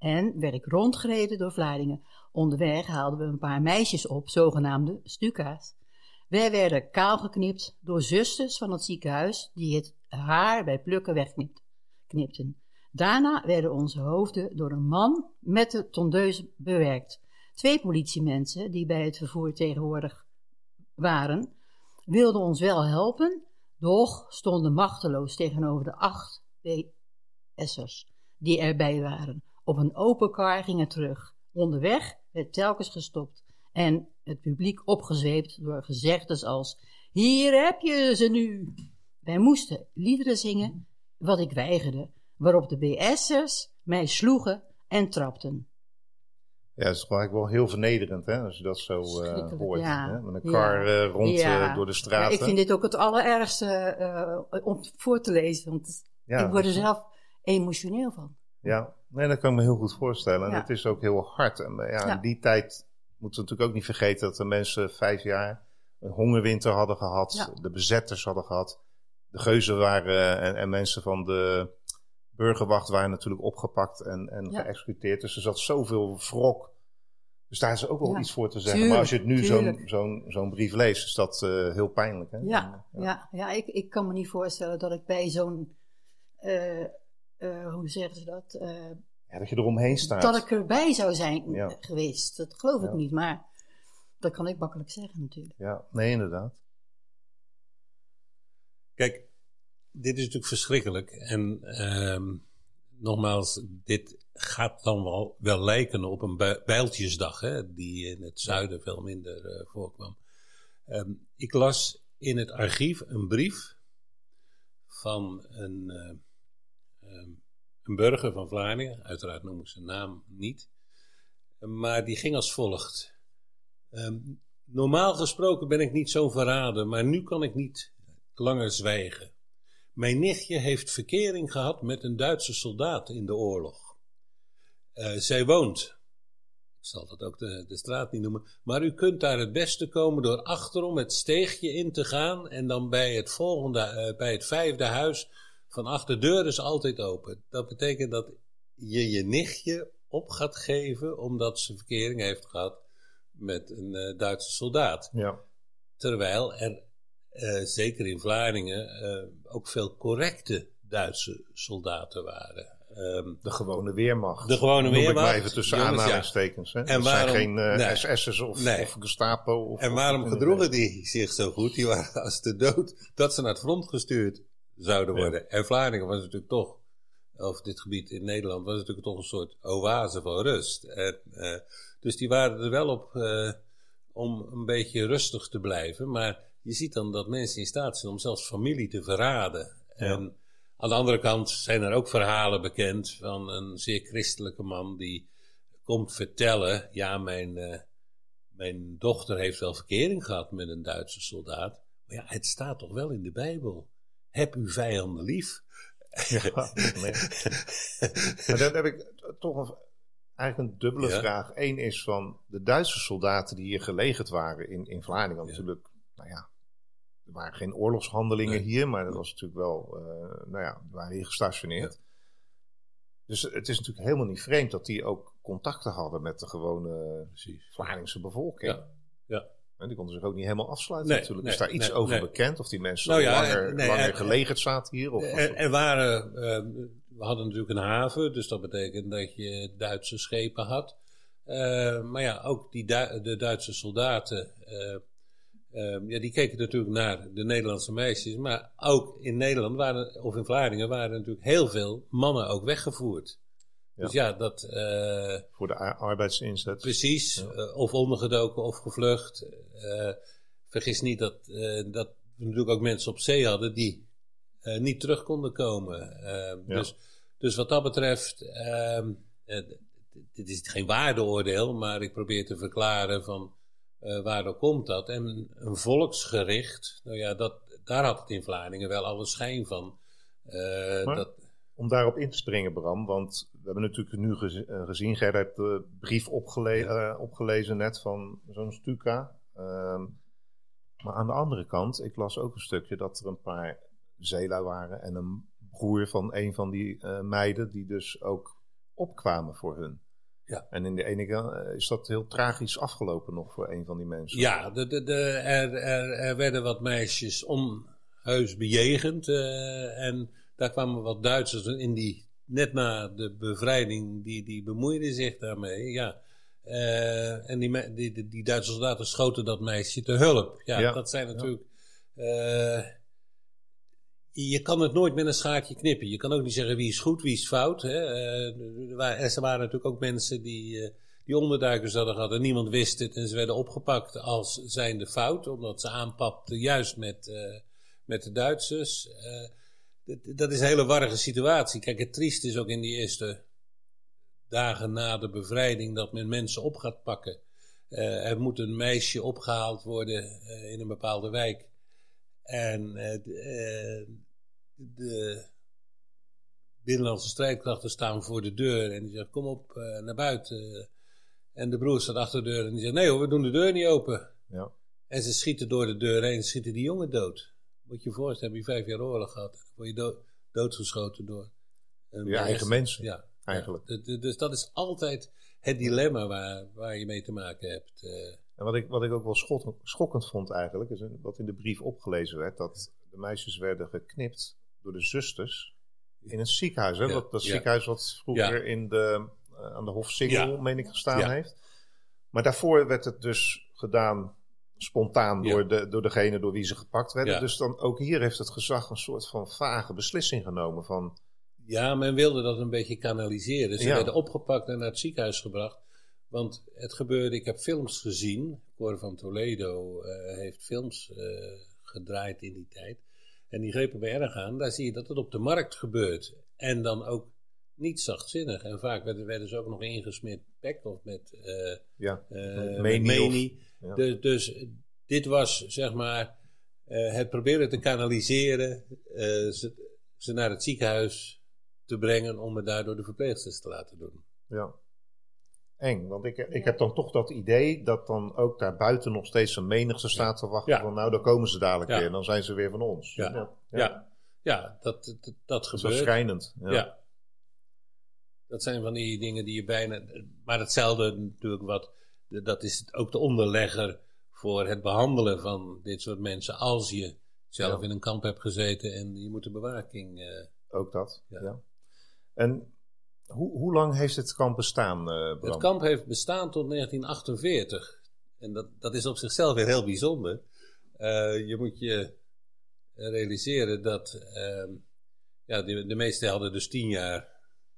en werd ik rondgereden door Vlaardingen. Onderweg haalden we een paar meisjes op, zogenaamde stuka's. Wij werden kaalgeknipt door zusters van het ziekenhuis die het haar bij plukken wegknipten. Daarna werden onze hoofden door een man met de tondeus bewerkt. 2 politiemensen die bij het vervoer tegenwoordig waren, wilden ons wel helpen, doch stonden machteloos tegenover de 8 BS'ers die erbij waren. Op een open kar gingen terug. Onderweg werd telkens gestopt en het publiek opgezweept door gezegdes als: hier heb je ze nu. Wij moesten liederen zingen, wat ik weigerde, waarop de BS'ers mij sloegen en trapten. Ja, dat is eigenlijk wel heel vernederend, hè, als je dat zo hoort. Ja. Hè? Met een kar rond door de straten. Ja, ik vind dit ook het allerergste om voor te lezen, want ik word er zelf emotioneel van. Ja, nee, dat kan ik me heel goed voorstellen. En Ja. het is ook heel hard. En in die tijd moeten we natuurlijk ook niet vergeten dat de mensen 5 jaar een hongerwinter hadden gehad. Ja. De bezetters hadden gehad. De geuzen waren en mensen van de burgerwacht waren natuurlijk opgepakt en geëxecuteerd. Dus er zat zoveel wrok. Dus daar is ook wel iets voor te zeggen. Tuurlijk, maar als je het nu tuurlijk. zo'n brief leest, is dat heel pijnlijk. Hè? Ja, ik kan me niet voorstellen dat ik bij zo'n, hoe zeggen ze dat? Dat je eromheen staat. Dat ik erbij zou zijn geweest. Dat geloof ik niet, maar dat kan ik makkelijk zeggen natuurlijk. Ja, nee, inderdaad. Kijk, dit is natuurlijk verschrikkelijk. En nogmaals, dit gaat dan wel lijken op een bijltjesdag, hè, die in het zuiden veel minder voorkwam. Ik las in het archief een brief van een burger van Vlaardingen. Uiteraard noem ik zijn naam niet. Maar die ging als volgt. Normaal gesproken ben ik niet zo'n verrader, maar nu kan ik niet langer zwijgen. Mijn nichtje heeft verkering gehad met een Duitse soldaat in de oorlog. Zij woont, ik zal dat ook de straat niet noemen, maar u kunt daar het beste komen door achterom het steegje in te gaan en dan bij het 5e huis van achter, de deur is altijd open. Dat betekent dat je nichtje op gaat geven omdat ze verkering heeft gehad met een Duitse soldaat. Ja. Terwijl er zeker in Vlaardingen ook veel correcte Duitse soldaten waren. De gewone Weermacht. De gewone Weermacht. Noem ik maar even tussen aanhalingstekens. Hè? En zijn geen SS'ers of Gestapo. En waarom gedroegen die zich zo goed? Die waren als de dood dat ze naar het front gestuurd zouden worden. Ja. En Vlaardingen was natuurlijk toch, of dit gebied in Nederland, was natuurlijk toch een soort oase van rust. En, dus die waren er wel op om een beetje rustig te blijven. Maar je ziet dan dat mensen in staat zijn om zelfs familie te verraden. Ja. En aan de andere kant zijn er ook verhalen bekend van een zeer christelijke man die komt vertellen, ja, mijn dochter heeft wel verkering gehad met een Duitse soldaat. Maar ja, het staat toch wel in de Bijbel. Heb uw vijanden lief. Ja, nee. Maar dan heb ik toch eigenlijk een dubbele vraag. Eén is van de Duitse soldaten die hier gelegerd waren in Vlaardingen. Ja. Natuurlijk, er waren geen oorlogshandelingen hier, maar dat was natuurlijk wel, we waren hier gestationeerd. Ja. Dus het is natuurlijk helemaal niet vreemd dat die ook contacten hadden met de gewone Vlaardingse bevolking. Ja. Ja. En die konden zich ook niet helemaal afsluiten natuurlijk. Is daar iets over bekend? Of die mensen langer gelegerd zaten hier? We hadden natuurlijk een haven, dus dat betekent dat je Duitse schepen had. Maar ja, ook de Duitse soldaten, die keken natuurlijk naar de Nederlandse meisjes. Maar ook in Nederland of in Vlaardingen waren natuurlijk heel veel mannen ook weggevoerd. Ja. Dus ja, dat... voor de arbeidsinzet. Precies, of ondergedoken of gevlucht. Vergis niet dat we natuurlijk ook mensen op zee hadden die niet terug konden komen. Dus wat dat betreft, dit is geen waardeoordeel, maar ik probeer te verklaren van waardoor komt dat. En een volksgericht, daar had het in Vlaardingen wel alle schijn van. Om daarop in te springen, Bram, want we hebben natuurlijk nu gezien, Ger heeft de brief opgelezen net van zo'n Stuka. Maar aan de andere kant, ik las ook een stukje dat er een paar zeelui waren en een broer van een van die meiden, die dus ook opkwamen voor hun. Ja. En in de ene kant is dat heel tragisch afgelopen nog voor een van die mensen. Ja, er werden wat meisjes onheus bejegend. En daar kwamen wat Duitsers in net na de bevrijding, die bemoeiden zich daarmee. Ja. En die Duitse soldaten schoten dat meisje te hulp. Ja. Dat zijn natuurlijk... je kan het nooit met een schaartje knippen. Je kan ook niet zeggen wie is goed, wie is fout. Hè. Er waren natuurlijk ook mensen die onderduikers hadden gehad en niemand wist het. En ze werden opgepakt als zijnde fout, omdat ze aanpapten juist met de Duitsers. Dat is een hele warrige situatie. Kijk, het triest is ook in die eerste dagen na de bevrijding dat men mensen op gaat pakken. Er moet een meisje opgehaald worden in een bepaalde wijk. En de binnenlandse strijdkrachten staan voor de deur. En die zeggen, kom op, naar buiten. En de broer staat achter de deur en die zegt, nee hoor, we doen de deur niet open. Ja. En ze schieten door de deur heen, schieten die jongen dood. Moet je je voorstellen, heb je 5 jaar oorlog gehad. Dan word je doodgeschoten door je eigen mensen. Ja, eigenlijk. Ja, dus dat is altijd het dilemma waar je mee te maken hebt. En wat ik ook wel schokkend vond eigenlijk, is wat in de brief opgelezen werd, dat de meisjes werden geknipt door de zusters in een ziekenhuis. Hè? Ja, dat ziekenhuis wat vroeger aan de Hofsingel, meen ik, gestaan heeft. Maar daarvoor werd het dus gedaan spontaan door degene door wie ze gepakt werden. Ja. Dus dan ook hier heeft het gezag een soort van vage beslissing genomen van... Ja, men wilde dat een beetje kanaliseren. Ze werden opgepakt en naar het ziekenhuis gebracht. Want het gebeurde, ik heb films gezien. Cor van Toledo heeft films gedraaid in die tijd. En die grepen me erg aan. Daar zie je dat het op de markt gebeurt. En dan ook niet zachtzinnig. En vaak werden ze ook nog ingesmeerd pek of met menie. Ja. Dus dit was, zeg maar, het proberen te kanaliseren. Ze naar het ziekenhuis te brengen om het daardoor de verpleegsters te laten doen. Ja. Eng, want ik heb dan toch dat idee dat dan ook daar buiten nog steeds een menigte staat te wachten van nou, dan komen ze dadelijk weer en dan zijn ze weer van ons. Ja, dat gebeurt. Dat is schrijnend. Ja. Dat zijn van die dingen die je bijna... Maar hetzelfde natuurlijk dat is ook de onderlegger voor het behandelen van dit soort mensen als je zelf in een kamp hebt gezeten en je moet de bewaking... Ook dat, ja. En hoe lang heeft het kamp bestaan, Bram? Het kamp heeft bestaan tot 1948. En dat is op zichzelf weer heel bijzonder. Je moet je realiseren dat de meesten hadden dus 10 jaar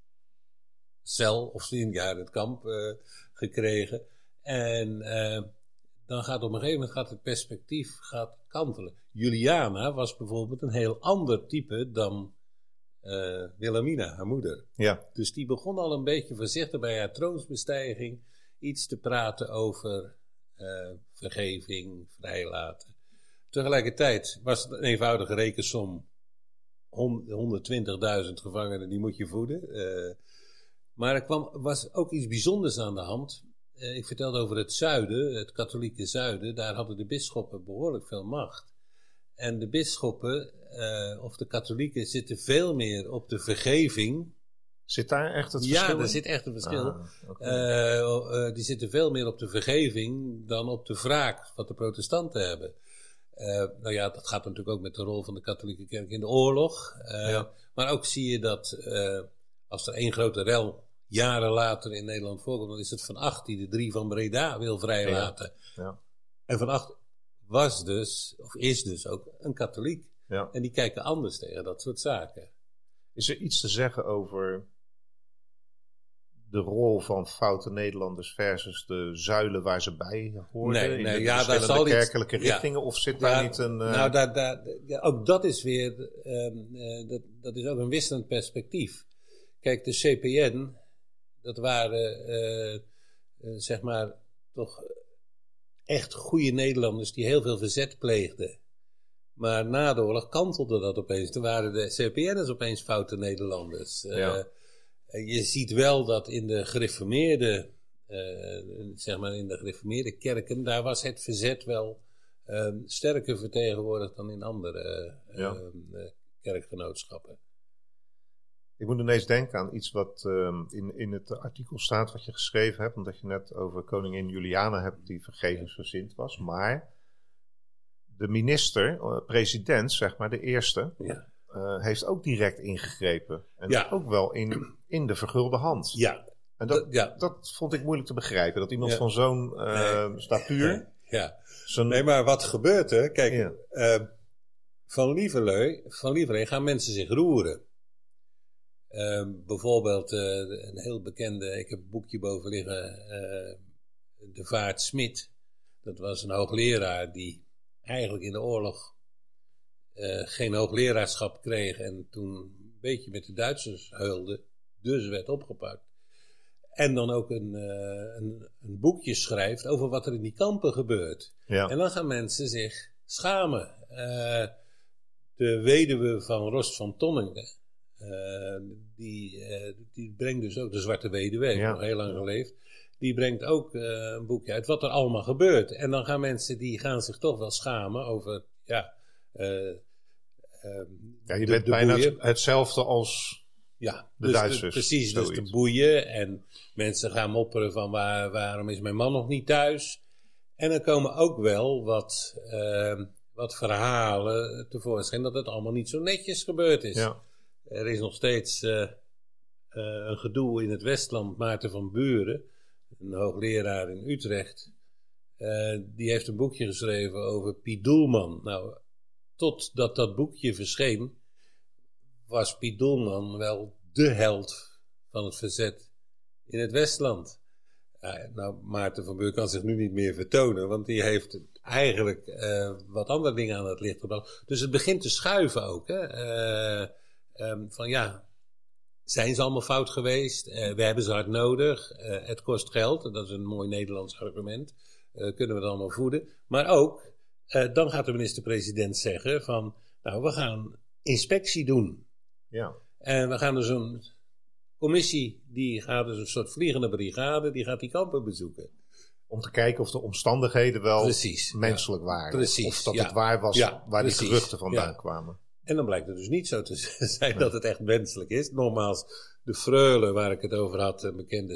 cel of 10 jaar het kamp gekregen. En dan gaat op een gegeven moment het perspectief kantelen. Juliana was bijvoorbeeld een heel ander type dan Wilhelmina, haar moeder. Ja. Dus die begon al een beetje voorzichtig bij haar troonsbestijging iets te praten over vergeving, vrijlaten. Tegelijkertijd was het een eenvoudige rekensom. 120.000 gevangenen, die moet je voeden. Maar was ook iets bijzonders aan de hand. Ik vertelde over het zuiden, het katholieke zuiden. Daar hadden de bisschoppen behoorlijk veel macht. En de bisschoppen, of de katholieken, zitten veel meer op de vergeving. Zit daar echt het verschil in? Ja, daar zit echt een verschil. Die zitten veel meer op de vergeving dan op de wraak, wat de protestanten hebben. Dat gaat natuurlijk ook met de rol van de katholieke kerk in de oorlog. Maar ook zie je dat als er één grote rel jaren later in Nederland voorkomt, dan is het Van Agt die de 3 van Breda wil vrijlaten. Ja. En Van Agt is dus ook een katholiek. Ja. En die kijken anders tegen dat soort zaken. Is er iets te zeggen over de rol van foute Nederlanders versus de zuilen waar ze bij hoorden? Nee, daar zal kerkelijke richtingen, of zit daar niet een... ook dat is weer, dat is ook een wisselend perspectief. Kijk, de CPN, dat waren, zeg maar, toch echt goede Nederlanders die heel veel verzet pleegden. Maar na de oorlog kantelde dat opeens. Toen waren de CPN'ers opeens foute Nederlanders. Je ziet wel dat in de gereformeerde, in de gereformeerde kerken, daar was het verzet wel sterker vertegenwoordigd dan in andere kerkgenootschappen. Ik moet ineens denken aan iets wat in het artikel staat wat je geschreven hebt. Omdat je net over koningin Juliana hebt die vergevingsgezind was. Maar de minister, president, zeg maar, de eerste, heeft ook direct ingegrepen. En ook wel in de vergulde hand. Ja. En dat vond ik moeilijk te begrijpen. Dat iemand van zo'n statuur... Nee, maar wat gebeurt er? Kijk, van Lieverlee gaan mensen zich roeren. Bijvoorbeeld een heel bekende, ik heb een boekje boven liggen, De Vaart Smit. Dat was een hoogleraar die eigenlijk in de oorlog geen hoogleraarschap kreeg en toen een beetje met de Duitsers heulde, dus werd opgepakt. En dan ook een boekje schrijft over wat er in die kampen gebeurt. Ja. En dan gaan mensen zich schamen. De weduwe van Rost van Tonningen, die brengt dus ook, de Zwarte Weduwe, heeft nog heel lang geleefd. Die brengt ook een boekje uit wat er allemaal gebeurt. En dan gaan mensen, die gaan zich toch wel schamen over, je bent bijna hetzelfde als de Duitsers. Precies, dus de boeien. En mensen gaan mopperen van waarom is mijn man nog niet thuis? En er komen ook wel wat verhalen tevoorschijn dat het allemaal niet zo netjes gebeurd is. Ja. Er is nog steeds een gedoe in het Westland. Maarten van Buren, een hoogleraar in Utrecht, die heeft een boekje geschreven over Piet Doelman. Nou, totdat dat boekje verscheen, was Piet Doelman wel de held van het verzet in het Westland. Maarten van Buren kan zich nu niet meer vertonen, want die heeft eigenlijk wat andere dingen aan het licht gebracht. Dus het begint te schuiven ook. Hè? Zijn ze allemaal fout geweest? We hebben ze hard nodig. Het kost geld. Dat is een mooi Nederlands argument. Kunnen we het allemaal voeden. Maar ook, dan gaat de minister-president zeggen van, nou, we gaan inspectie doen. Ja. En we gaan dus een commissie, die gaat dus een soort vliegende brigade, die gaat die kampen bezoeken. Om te kijken of de omstandigheden wel menselijk waren. Precies. Of dat het waar was waar die geruchten vandaan kwamen. En dan blijkt het dus niet zo te zijn dat het echt menselijk is. Nogmaals, de Freule waar ik het over had, een bekende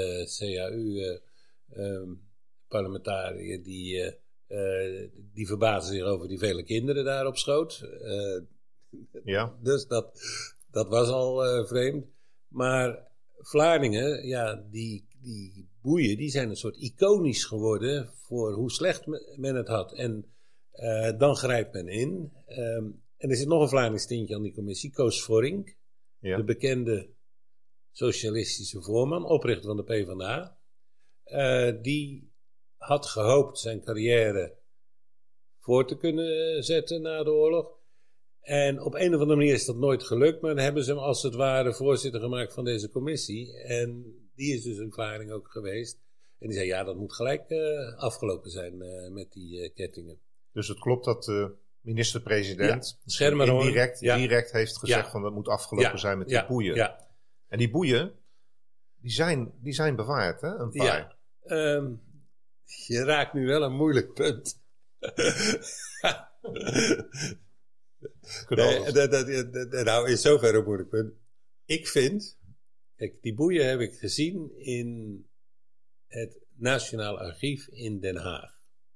CAU-parlementariër, die verbaasde zich over die vele kinderen daar op schoot. Dus dat was al vreemd. Maar Vlaardingen, die boeien, die zijn een soort iconisch geworden voor hoe slecht men het had. En dan grijpt men in. En er zit nog een Vlaardings tintje aan die commissie. Koos Vorink, de bekende socialistische voorman, oprichter van de PvdA. Die had gehoopt zijn carrière voor te kunnen zetten na de oorlog. En op een of andere manier is dat nooit gelukt. Maar dan hebben ze hem als het ware voorzitter gemaakt van deze commissie. En die is dus in Vlaardingen ook geweest. En die zei, dat moet gelijk afgelopen zijn met die kettingen. Dus het klopt dat de minister-president direct heeft gezegd van dat moet afgelopen zijn met die boeien. Ja. En die boeien, die zijn bewaard, hè? Een paar. Je raakt nu wel een moeilijk punt. Nou, in zoverre een moeilijk punt. Ik vind, kijk, die boeien heb ik gezien in het Nationaal Archief in Den Haag.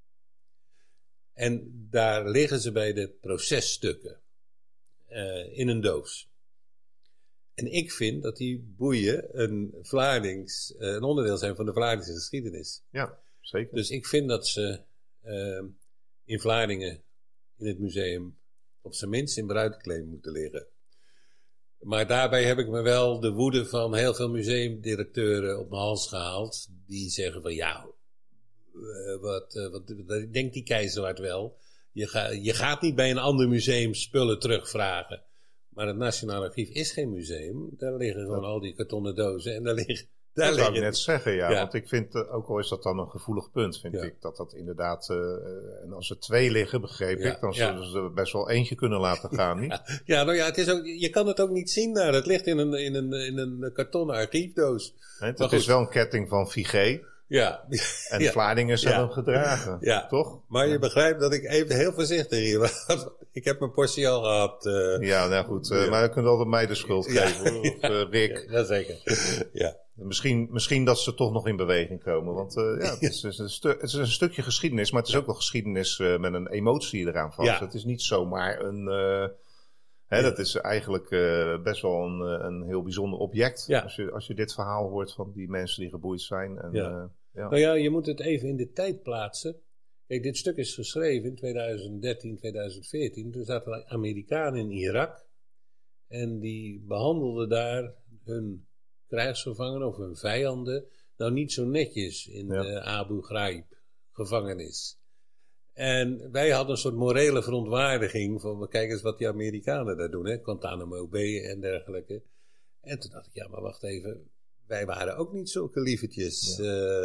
En daar liggen ze bij de processtukken in een doos. En ik vind dat die boeien een onderdeel zijn van de Vlaardingse geschiedenis. Ja, zeker. Dus ik vind dat ze in Vlaardingen in het museum op zijn minst in bruidkleding moeten liggen. Maar daarbij heb ik me wel de woede van heel veel museumdirecteuren op mijn hals gehaald. Die zeggen van wat denkt die Keizerhard wel? Je gaat niet bij een ander museum spullen terugvragen. Maar het Nationaal Archief is geen museum. Daar liggen gewoon al die kartonnen dozen. En Dat zou ik net zeggen, want ik vind, ook al is dat dan een gevoelig punt, vind ik dat inderdaad, en als er 2 liggen, begreep ik, dan zullen ze er best wel eentje kunnen laten gaan, niet? Het is ook, je kan het ook niet zien daar. Het ligt in een kartonnen archiefdoos. Het is wel een ketting van Vigé. Ja. En de Vlaardingers hebben hem gedragen. Ja. Toch? Maar je begrijpt dat ik even heel voorzichtig hier was. Ik heb mijn portie al gehad. Ja, nou goed. Maar dan kunt u altijd mij de schuld geven. Hoor. Of Rick. Ja, zeker. Ja. Misschien dat ze toch nog in beweging komen. Want het is het is een stukje geschiedenis. Maar het is ook wel geschiedenis met een emotie eraan vast. Ja. Het is niet zomaar een... dat is eigenlijk best wel een heel bijzonder object. Ja. Als je dit verhaal hoort van die mensen die geboeid zijn. En, Ja. Nou ja, je moet het even in de tijd plaatsen. Kijk, dit stuk is geschreven in 2013, 2014. Toen zaten de Amerikanen in Irak. En die behandelden daar hun krijgsgevangenen of hun vijanden nou niet zo netjes in de Abu Ghraib gevangenis. En wij hadden een soort morele verontwaardiging van, kijk eens wat die Amerikanen daar doen, hè? Guantanamo Bay en dergelijke. En toen dacht ik, ja, maar wacht even, wij waren ook niet zulke lievertjes.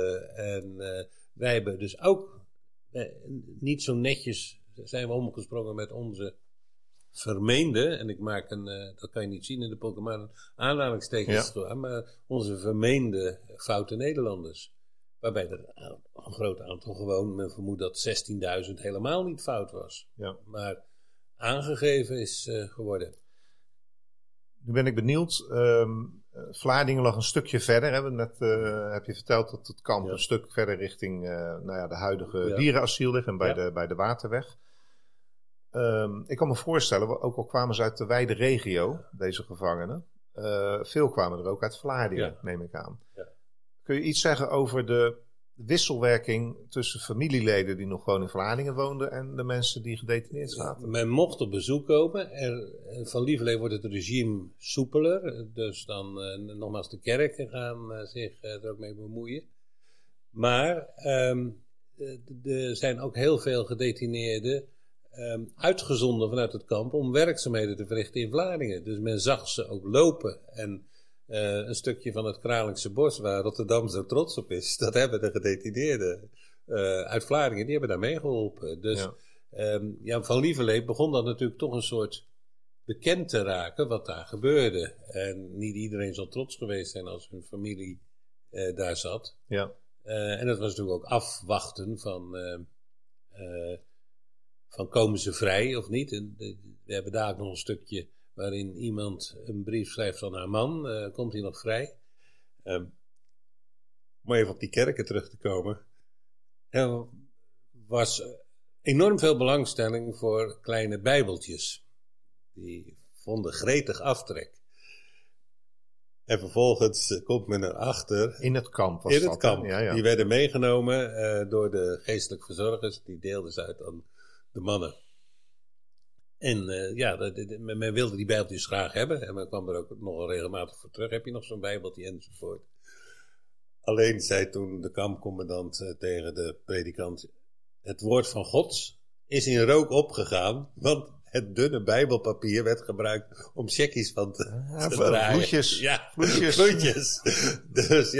Wij hebben dus ook niet zo netjes, zijn we omgesprongen met onze vermeende, en ik maak dat kan je niet zien in de podcast, maar een aanhalingstekens, maar onze vermeende foute Nederlanders. Waarbij er een groot aantal gewoon, men vermoedt dat 16.000 helemaal niet fout was. Ja. Maar aangegeven is geworden. Nu ben ik benieuwd. Vlaardingen lag een stukje verder. Heb je verteld dat het kamp een stuk verder richting de huidige dierenasiel ligt en bij de Waterweg. Ik kan me voorstellen, ook al kwamen ze uit de wijde regio, deze gevangenen. Veel kwamen er ook uit Vlaardingen, neem ik aan. Ja. Kun je iets zeggen over de wisselwerking tussen familieleden die nog gewoon in Vlaardingen woonden en de mensen die gedetineerd zaten? Men mocht op bezoek komen. Van lieverlee wordt het regime soepeler. Dus dan nogmaals de kerken gaan zich er ook mee bemoeien. Maar er zijn ook heel veel gedetineerden uitgezonden vanuit het kamp om werkzaamheden te verrichten in Vlaardingen. Dus men zag ze ook lopen en een stukje van het Kralingse Bos, waar Rotterdam zo trots op is, dat hebben de gedetineerden uit Vlaardingen, die hebben daar meegeholpen. Dus van lieverlee begon dat natuurlijk toch een soort bekend te raken wat daar gebeurde. En niet iedereen zal trots geweest zijn als hun familie daar zat. Ja. En dat was natuurlijk ook afwachten van komen ze vrij of niet. En we hebben daar ook nog een stukje waarin iemand een brief schrijft aan haar man. Komt hij nog vrij? Om even op die kerken terug te komen. Er was enorm veel belangstelling voor kleine bijbeltjes. Die vonden gretig aftrek. En vervolgens komt men erachter. In het kamp was dat. In het kamp. Ja. Die werden meegenomen door de geestelijk verzorgers. Die deelden ze uit aan de mannen. En men wilde die bijbeltjes graag hebben. En men kwam er ook nog regelmatig voor terug. Heb je nog zo'n bijbeltje enzovoort. Alleen zei toen de kampcommandant tegen de predikant: het woord van God is in rook opgegaan. Want het dunne bijbelpapier werd gebruikt om checkies van te draaien. Vloedjes. Ja, vloedjes. Dus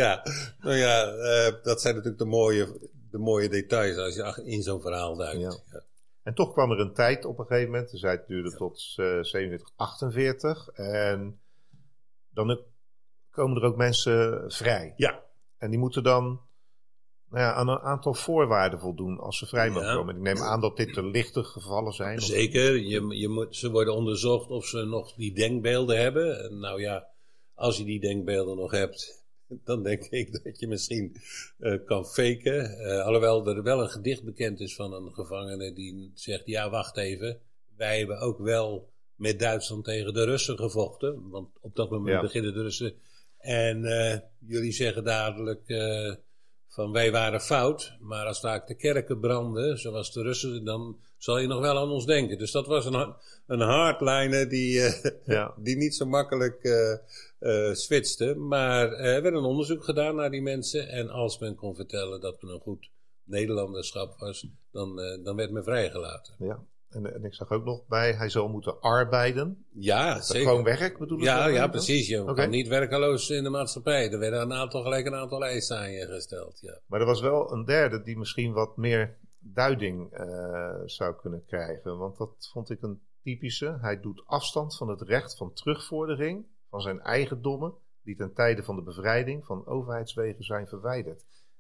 dat zijn natuurlijk de mooie details als je in zo'n verhaal duikt. Ja. En toch kwam er een tijd op een gegeven moment, dus het duurde tot 47, 48. En dan komen er ook mensen vrij. Ja. En die moeten dan aan een aantal voorwaarden voldoen als ze vrij mogen komen. Ik neem aan dat dit de lichte gevallen zijn. Zeker. Ze worden onderzocht of ze nog die denkbeelden hebben. Nou ja, als je die denkbeelden nog hebt, dan denk ik dat je misschien kan faken. Alhoewel er wel een gedicht bekend is van een gevangene die zegt: ja, wacht even. Wij hebben ook wel met Duitsland tegen de Russen gevochten. Want op dat moment beginnen de Russen. En jullie zeggen dadelijk van wij waren fout. Maar als daar de kerken branden, zoals de Russen, dan zal je nog wel aan ons denken. Dus dat was een hardliner die niet zo makkelijk switchte. Maar er werd een onderzoek gedaan naar die mensen. En als men kon vertellen dat men een goed Nederlanderschap was, dan werd men vrijgelaten. Ja. En ik zag ook nog bij, hij zal moeten arbeiden. Ja, zeker. Gewoon werk bedoel ik? Ja, precies. Je kan niet werkeloos in de maatschappij. Er werden gelijk een aantal eisen aan je gesteld. Ja. Maar er was wel een derde die misschien wat meer duiding zou kunnen krijgen. Want dat vond ik een typische. Hij doet afstand van het recht van terugvordering van zijn eigendommen die ten tijde van de bevrijding van overheidswegen zijn verwijderd.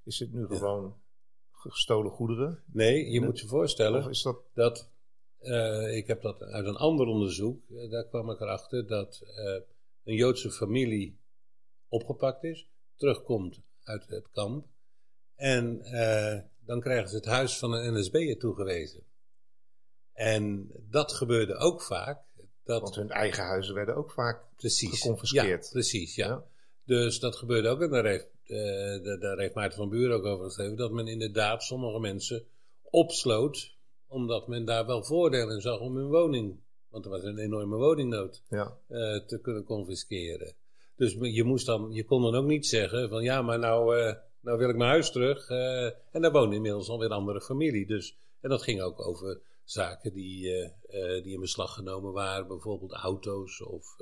Is het nu gewoon gestolen goederen? Nee, je moet je voorstellen Of is dat ik heb dat uit een ander onderzoek, daar kwam ik erachter dat een Joodse familie opgepakt is, terugkomt uit het kamp en dan krijgen ze het huis van een NSB'er toegewezen. En dat gebeurde ook vaak. Want hun eigen huizen werden ook vaak geconfiskeerd. Ja, precies, ja. Dus dat gebeurde ook. En daar heeft Maarten van Buren ook over geschreven. Dat men inderdaad sommige mensen opsloot. Omdat men daar wel voordelen in zag om hun woning. Want er was een enorme woningnood. Te kunnen confisceren. Dus je kon dan ook niet zeggen van ja, maar nou wil ik mijn huis terug. En daar woonde inmiddels alweer een andere familie. Dus, en dat ging ook over zaken die in beslag genomen waren. Bijvoorbeeld auto's of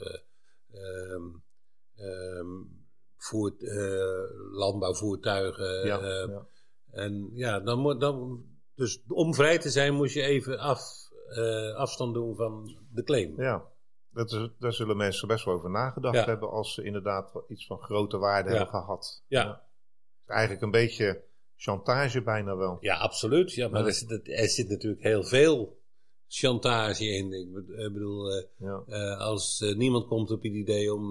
landbouwvoertuigen. En ja, dus om vrij te zijn moest je even afstand doen van de claim. Ja, daar zullen mensen best wel over nagedacht hebben als ze inderdaad iets van grote waarde hebben gehad. Ja. Eigenlijk een beetje chantage bijna wel. Ja, absoluut. Ja, maar er zit natuurlijk heel veel chantage in. Ik bedoel, als niemand komt op het idee om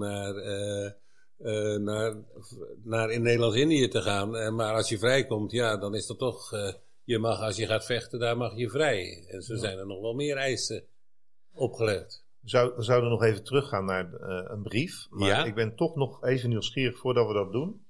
naar in Nederlands-Indië te gaan. Maar als je vrijkomt, dan is dat toch... je mag, als je gaat vechten, daar mag je vrij. En zo zijn er nog wel meer eisen opgelegd. We zouden nog even teruggaan naar een brief. Maar ik ben toch nog even nieuwsgierig voordat we dat doen.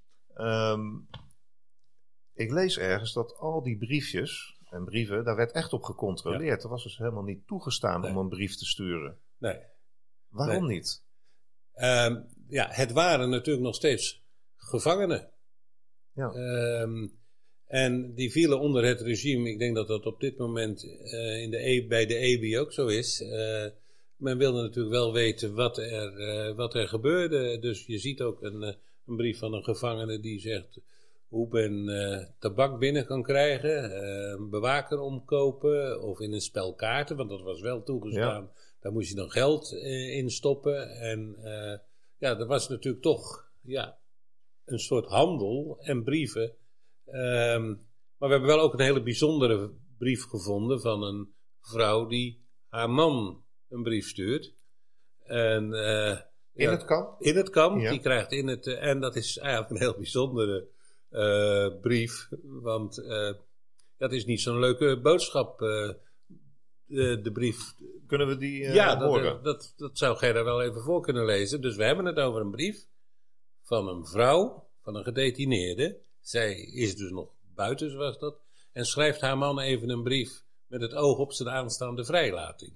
Ik lees ergens dat al die briefjes en brieven, daar werd echt op gecontroleerd. Er was dus helemaal niet toegestaan om een brief te sturen. Nee. Waarom niet? Het waren natuurlijk nog steeds gevangenen. Ja. En die vielen onder het regime. Ik denk dat dat op dit moment bij de EBI ook zo is. Men wilde natuurlijk wel weten wat er gebeurde. Dus je ziet ook een brief van een gevangene die zegt hoe men tabak binnen kan krijgen, een bewaker omkopen of in een spel kaarten, want dat was wel toegestaan. Ja. Daar moest je dan geld in stoppen. En er was natuurlijk toch een soort handel en brieven. Maar we hebben wel ook een hele bijzondere brief gevonden van een vrouw die haar man een brief stuurt. En, in het kamp? In het kamp. Ja. Die krijgt in het... en dat is eigenlijk een heel bijzondere brief. Want dat is niet zo'n leuke boodschap. De brief. Kunnen we die horen? Dat zou Gerda wel even voor kunnen lezen. Dus we hebben het over een brief van een vrouw, van een gedetineerde. Zij is dus nog buiten, zoals dat. En schrijft haar man even een brief met het oog op zijn aanstaande vrijlating.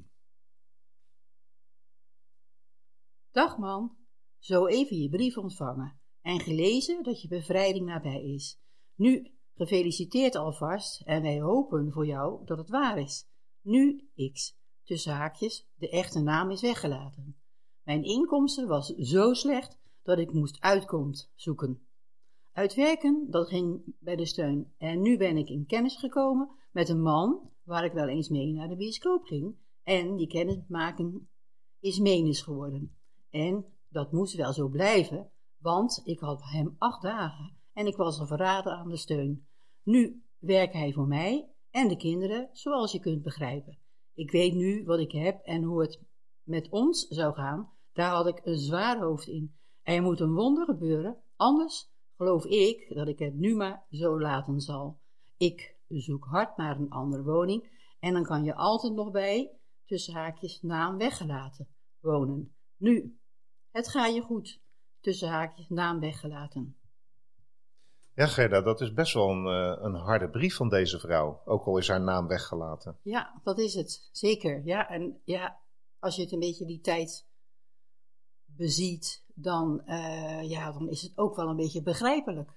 Dag man, zo even je brief ontvangen en gelezen dat je bevrijding nabij is. Nu, gefeliciteerd alvast en wij hopen voor jou dat het waar is. Nu X, tussen haakjes, de echte naam is weggelaten. Mijn inkomsten was zo slecht dat ik moest uitkomt zoeken. Uitwerken, dat ging bij de steun. En nu ben ik in kennis gekomen met een man waar ik wel eens mee naar de bioscoop ging. En die kennismaking is menens geworden. En dat moest wel zo blijven, want ik had hem 8 dagen en ik was al verraden aan de steun. Nu werkt hij voor mij en de kinderen, zoals je kunt begrijpen. Ik weet nu wat ik heb en hoe het met ons zou gaan. Daar had ik een zwaar hoofd in. Er moet een wonder gebeuren, anders geloof ik dat ik het nu maar zo laten zal. Ik zoek hard naar een andere woning en dan kan je altijd nog bij, tussen haakjes, naam weggelaten, wonen. Nu, het gaat je goed, tussen haakjes, naam weggelaten. Ja, Gerda, dat is best wel een harde brief van deze vrouw, ook al is haar naam weggelaten. Ja, dat is het, zeker. Ja, en ja, als je het een beetje die tijd beziet, dan is het ook wel een beetje begrijpelijk.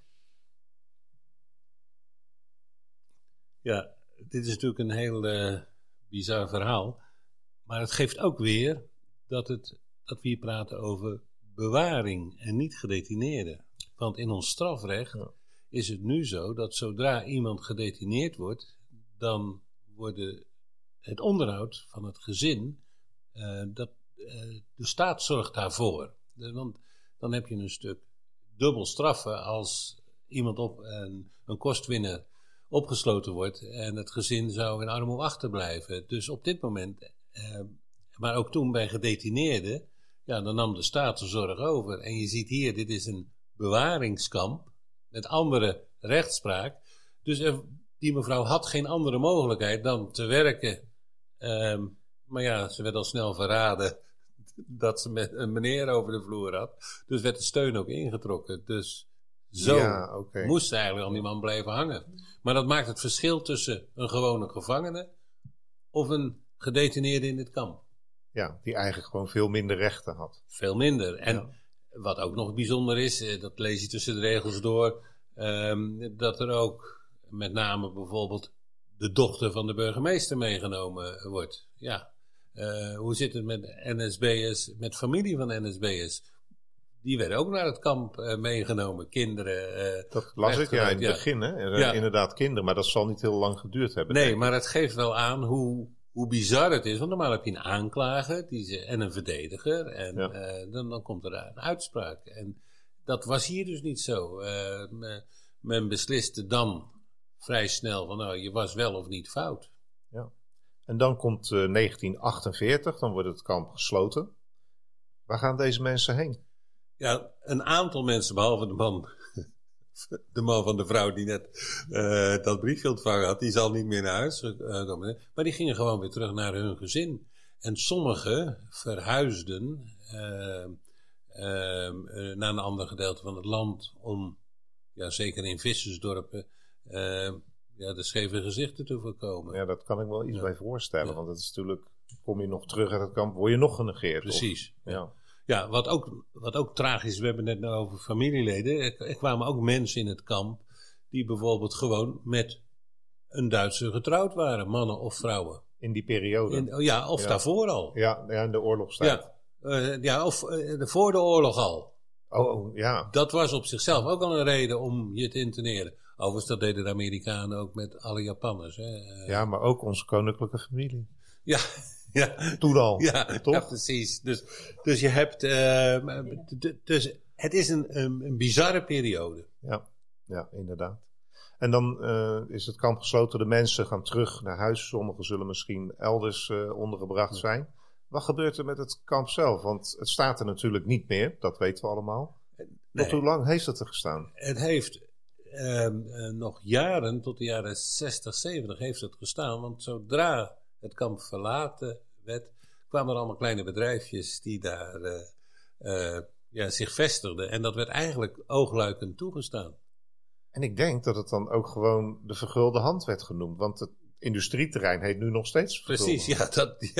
Ja, dit is natuurlijk een heel bizar verhaal. Maar het geeft ook weer dat we hier praten over bewaring en niet gedetineerden. Want in ons strafrecht is het nu zo dat zodra iemand gedetineerd wordt, dan wordt het onderhoud van het gezin, de staat zorgt daarvoor. Want dan heb je een stuk dubbel straffen als iemand een kostwinner opgesloten wordt en het gezin zou in armoede achterblijven. Dus op dit moment, maar ook toen bij gedetineerden, ja, dan nam de staat de zorg over. En je ziet hier, dit is een bewaringskamp met andere rechtspraak. Dus die mevrouw had geen andere mogelijkheid dan te werken. Maar ja, ze werd al snel verraden dat ze met een meneer over de vloer had. Dus werd de steun ook ingetrokken. Dus zo moest ze eigenlijk aan die man blijven hangen. Maar dat maakt het verschil tussen een gewone gevangene of een gedetineerde in dit kamp. Ja, die eigenlijk gewoon veel minder rechten had. Veel minder. En wat ook nog bijzonder is, dat lees je tussen de regels door, dat er ook met name bijvoorbeeld de dochter van de burgemeester meegenomen wordt. Ja. Hoe zit het met NSB'ers, met familie van NSB'ers? Die werden ook naar het kamp meegenomen, kinderen. Dat las ik in het begin, hè? Inderdaad kinderen, maar dat zal niet heel lang geduurd hebben. Nee, maar het geeft wel aan hoe bizar het is. Want normaal heb je een aanklager en een verdediger en dan komt er een uitspraak. En dat was hier dus niet zo. Men besliste dan vrij snel van nou, je was wel of niet fout. Ja. En dan komt 1948, dan wordt het kamp gesloten. Waar gaan deze mensen heen? Ja, een aantal mensen, behalve de man van de vrouw die net dat briefje ontvangen had, die zal niet meer naar huis komen. Maar die gingen gewoon weer terug naar hun gezin. En sommigen verhuisden naar een ander gedeelte van het land om, ja, zeker in vissersdorpen, de scheve gezichten te voorkomen. Ja, dat kan ik wel iets bij voorstellen. Want het is natuurlijk, kom je nog terug uit het kamp, word je nog genegeerd. Precies. Ja. Ja, wat ook tragisch is, we hebben het net over familieleden. Er kwamen ook mensen in het kamp die bijvoorbeeld gewoon met een Duitser getrouwd waren, mannen of vrouwen. In die periode? Daarvoor al. Ja, in de oorlogstijd. Voor de oorlog al. Oh, ja. Dat was op zichzelf ook al een reden om je te interneren. Overigens, dat deden de Amerikanen ook met alle Japanners. Hè. Ja, maar ook onze koninklijke familie. Ja. Toen al, toch? Ja, precies. Dus je hebt... dus het is een bizarre periode. Ja, inderdaad. En dan is het kamp gesloten. De mensen gaan terug naar huis. Sommigen zullen misschien elders ondergebracht zijn. Wat gebeurt er met het kamp zelf? Want het staat er natuurlijk niet meer. Dat weten we allemaal. Nee. Hoe lang heeft het er gestaan? Het heeft nog jaren, tot de jaren 60, 70 heeft het gestaan. Want zodra het kamp verlaten werd, kwamen er allemaal kleine bedrijfjes die daar zich vestigden. En dat werd eigenlijk oogluikend toegestaan. En ik denk dat het dan ook gewoon de vergulde hand werd genoemd. Want het industrieterrein heet nu nog steeds vergulde Precies, hand.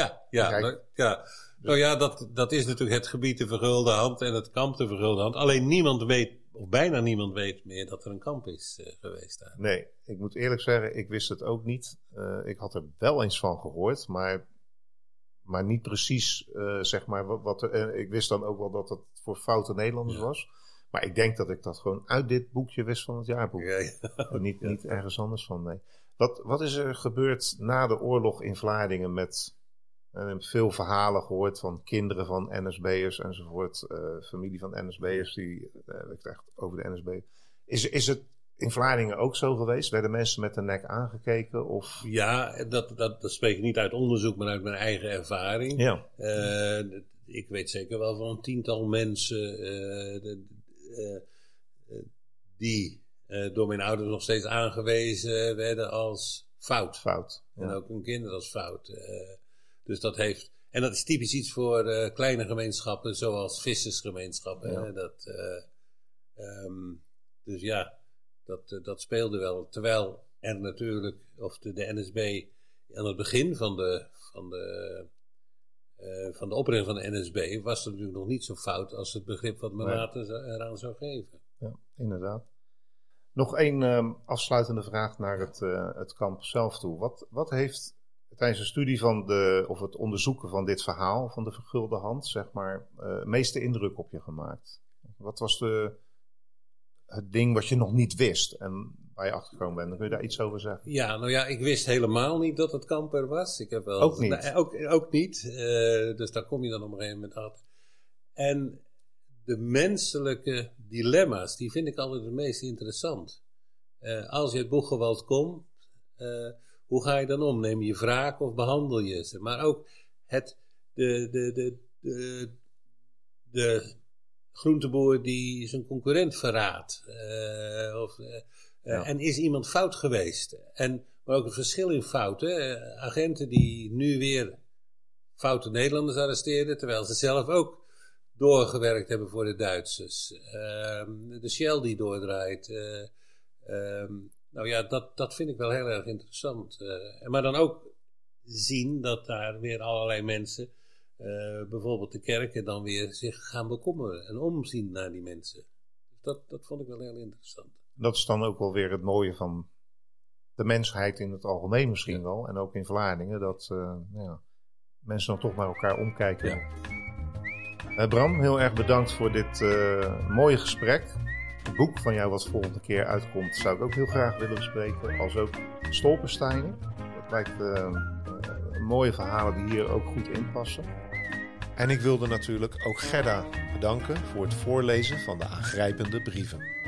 Dat is natuurlijk het gebied de vergulde hand en het kamp de vergulde hand. Alleen niemand weet, of bijna niemand weet meer, dat er een kamp is geweest daar. Nee, ik moet eerlijk zeggen, ik wist het ook niet. Ik had er wel eens van gehoord, maar niet precies, zeg maar, wat ik wist dan ook wel dat het voor foute Nederlanders was. Maar ik denk dat ik dat gewoon uit dit boekje wist van het jaarboek. Niet ergens anders van, nee. Wat is er gebeurd na de oorlog in Vlaardingen met veel verhalen gehoord van kinderen van NSB'ers enzovoort. Familie van NSB'ers, die echt over de NSB. Is het in Vlaardingen ook zo geweest? Werden mensen met de nek aangekeken? Of? Ja, dat spreek ik niet uit onderzoek, maar uit mijn eigen ervaring. Ja. Ik weet zeker wel van een 10-tal mensen die door mijn ouders nog steeds aangewezen werden als fout. En ook hun kinderen als fout. Dus dat heeft... En dat is typisch iets voor kleine gemeenschappen, zoals vissersgemeenschappen. Ja. Hè? Dat speelde wel. Terwijl er natuurlijk, de NSB aan het begin van de oprichting van de NSB was het natuurlijk nog niet zo fout als het begrip wat men later eraan zou geven. Ja, inderdaad. Nog één afsluitende vraag naar het kamp zelf toe. Wat heeft tijdens de studie of het onderzoeken van dit verhaal van de vergulde hand, zeg maar, meeste indruk op je gemaakt? Wat was het ding wat je nog niet wist en waar je achtergekomen bent? Dan kun je daar iets over zeggen. Ja, nou ja, ik wist helemaal niet dat het kamp er was. Ik heb wel, ook niet? Ook niet. Dus daar kom je dan op een gegeven moment uit. En de menselijke dilemma's, die vind ik altijd het meest interessant. Als je uit Boegewald komt, hoe ga je dan om? Neem je wraak of behandel je ze? Maar ook de groenteboer die zijn concurrent verraadt. En is iemand fout geweest? Maar ook het verschil in fouten. Agenten die nu weer foute Nederlanders arresteren, terwijl ze zelf ook doorgewerkt hebben voor de Duitsers. De Shell die doordraait. Dat vind ik wel heel erg interessant. Maar dan ook zien dat daar weer allerlei mensen, bijvoorbeeld de kerken, dan weer zich gaan bekommeren en omzien naar die mensen. Dus dat vond ik wel heel interessant. Dat is dan ook wel weer het mooie van de mensheid in het algemeen misschien wel. En ook in Vlaardingen, dat mensen dan toch naar elkaar omkijken. Ja. Bram, heel erg bedankt voor dit mooie gesprek. Het boek van jou wat volgende keer uitkomt, zou ik ook heel graag willen bespreken. Als ook Stolpersteinen. Dat lijkt mooie verhalen die hier ook goed in passen. En ik wilde natuurlijk ook Gerda bedanken voor het voorlezen van de aangrijpende brieven.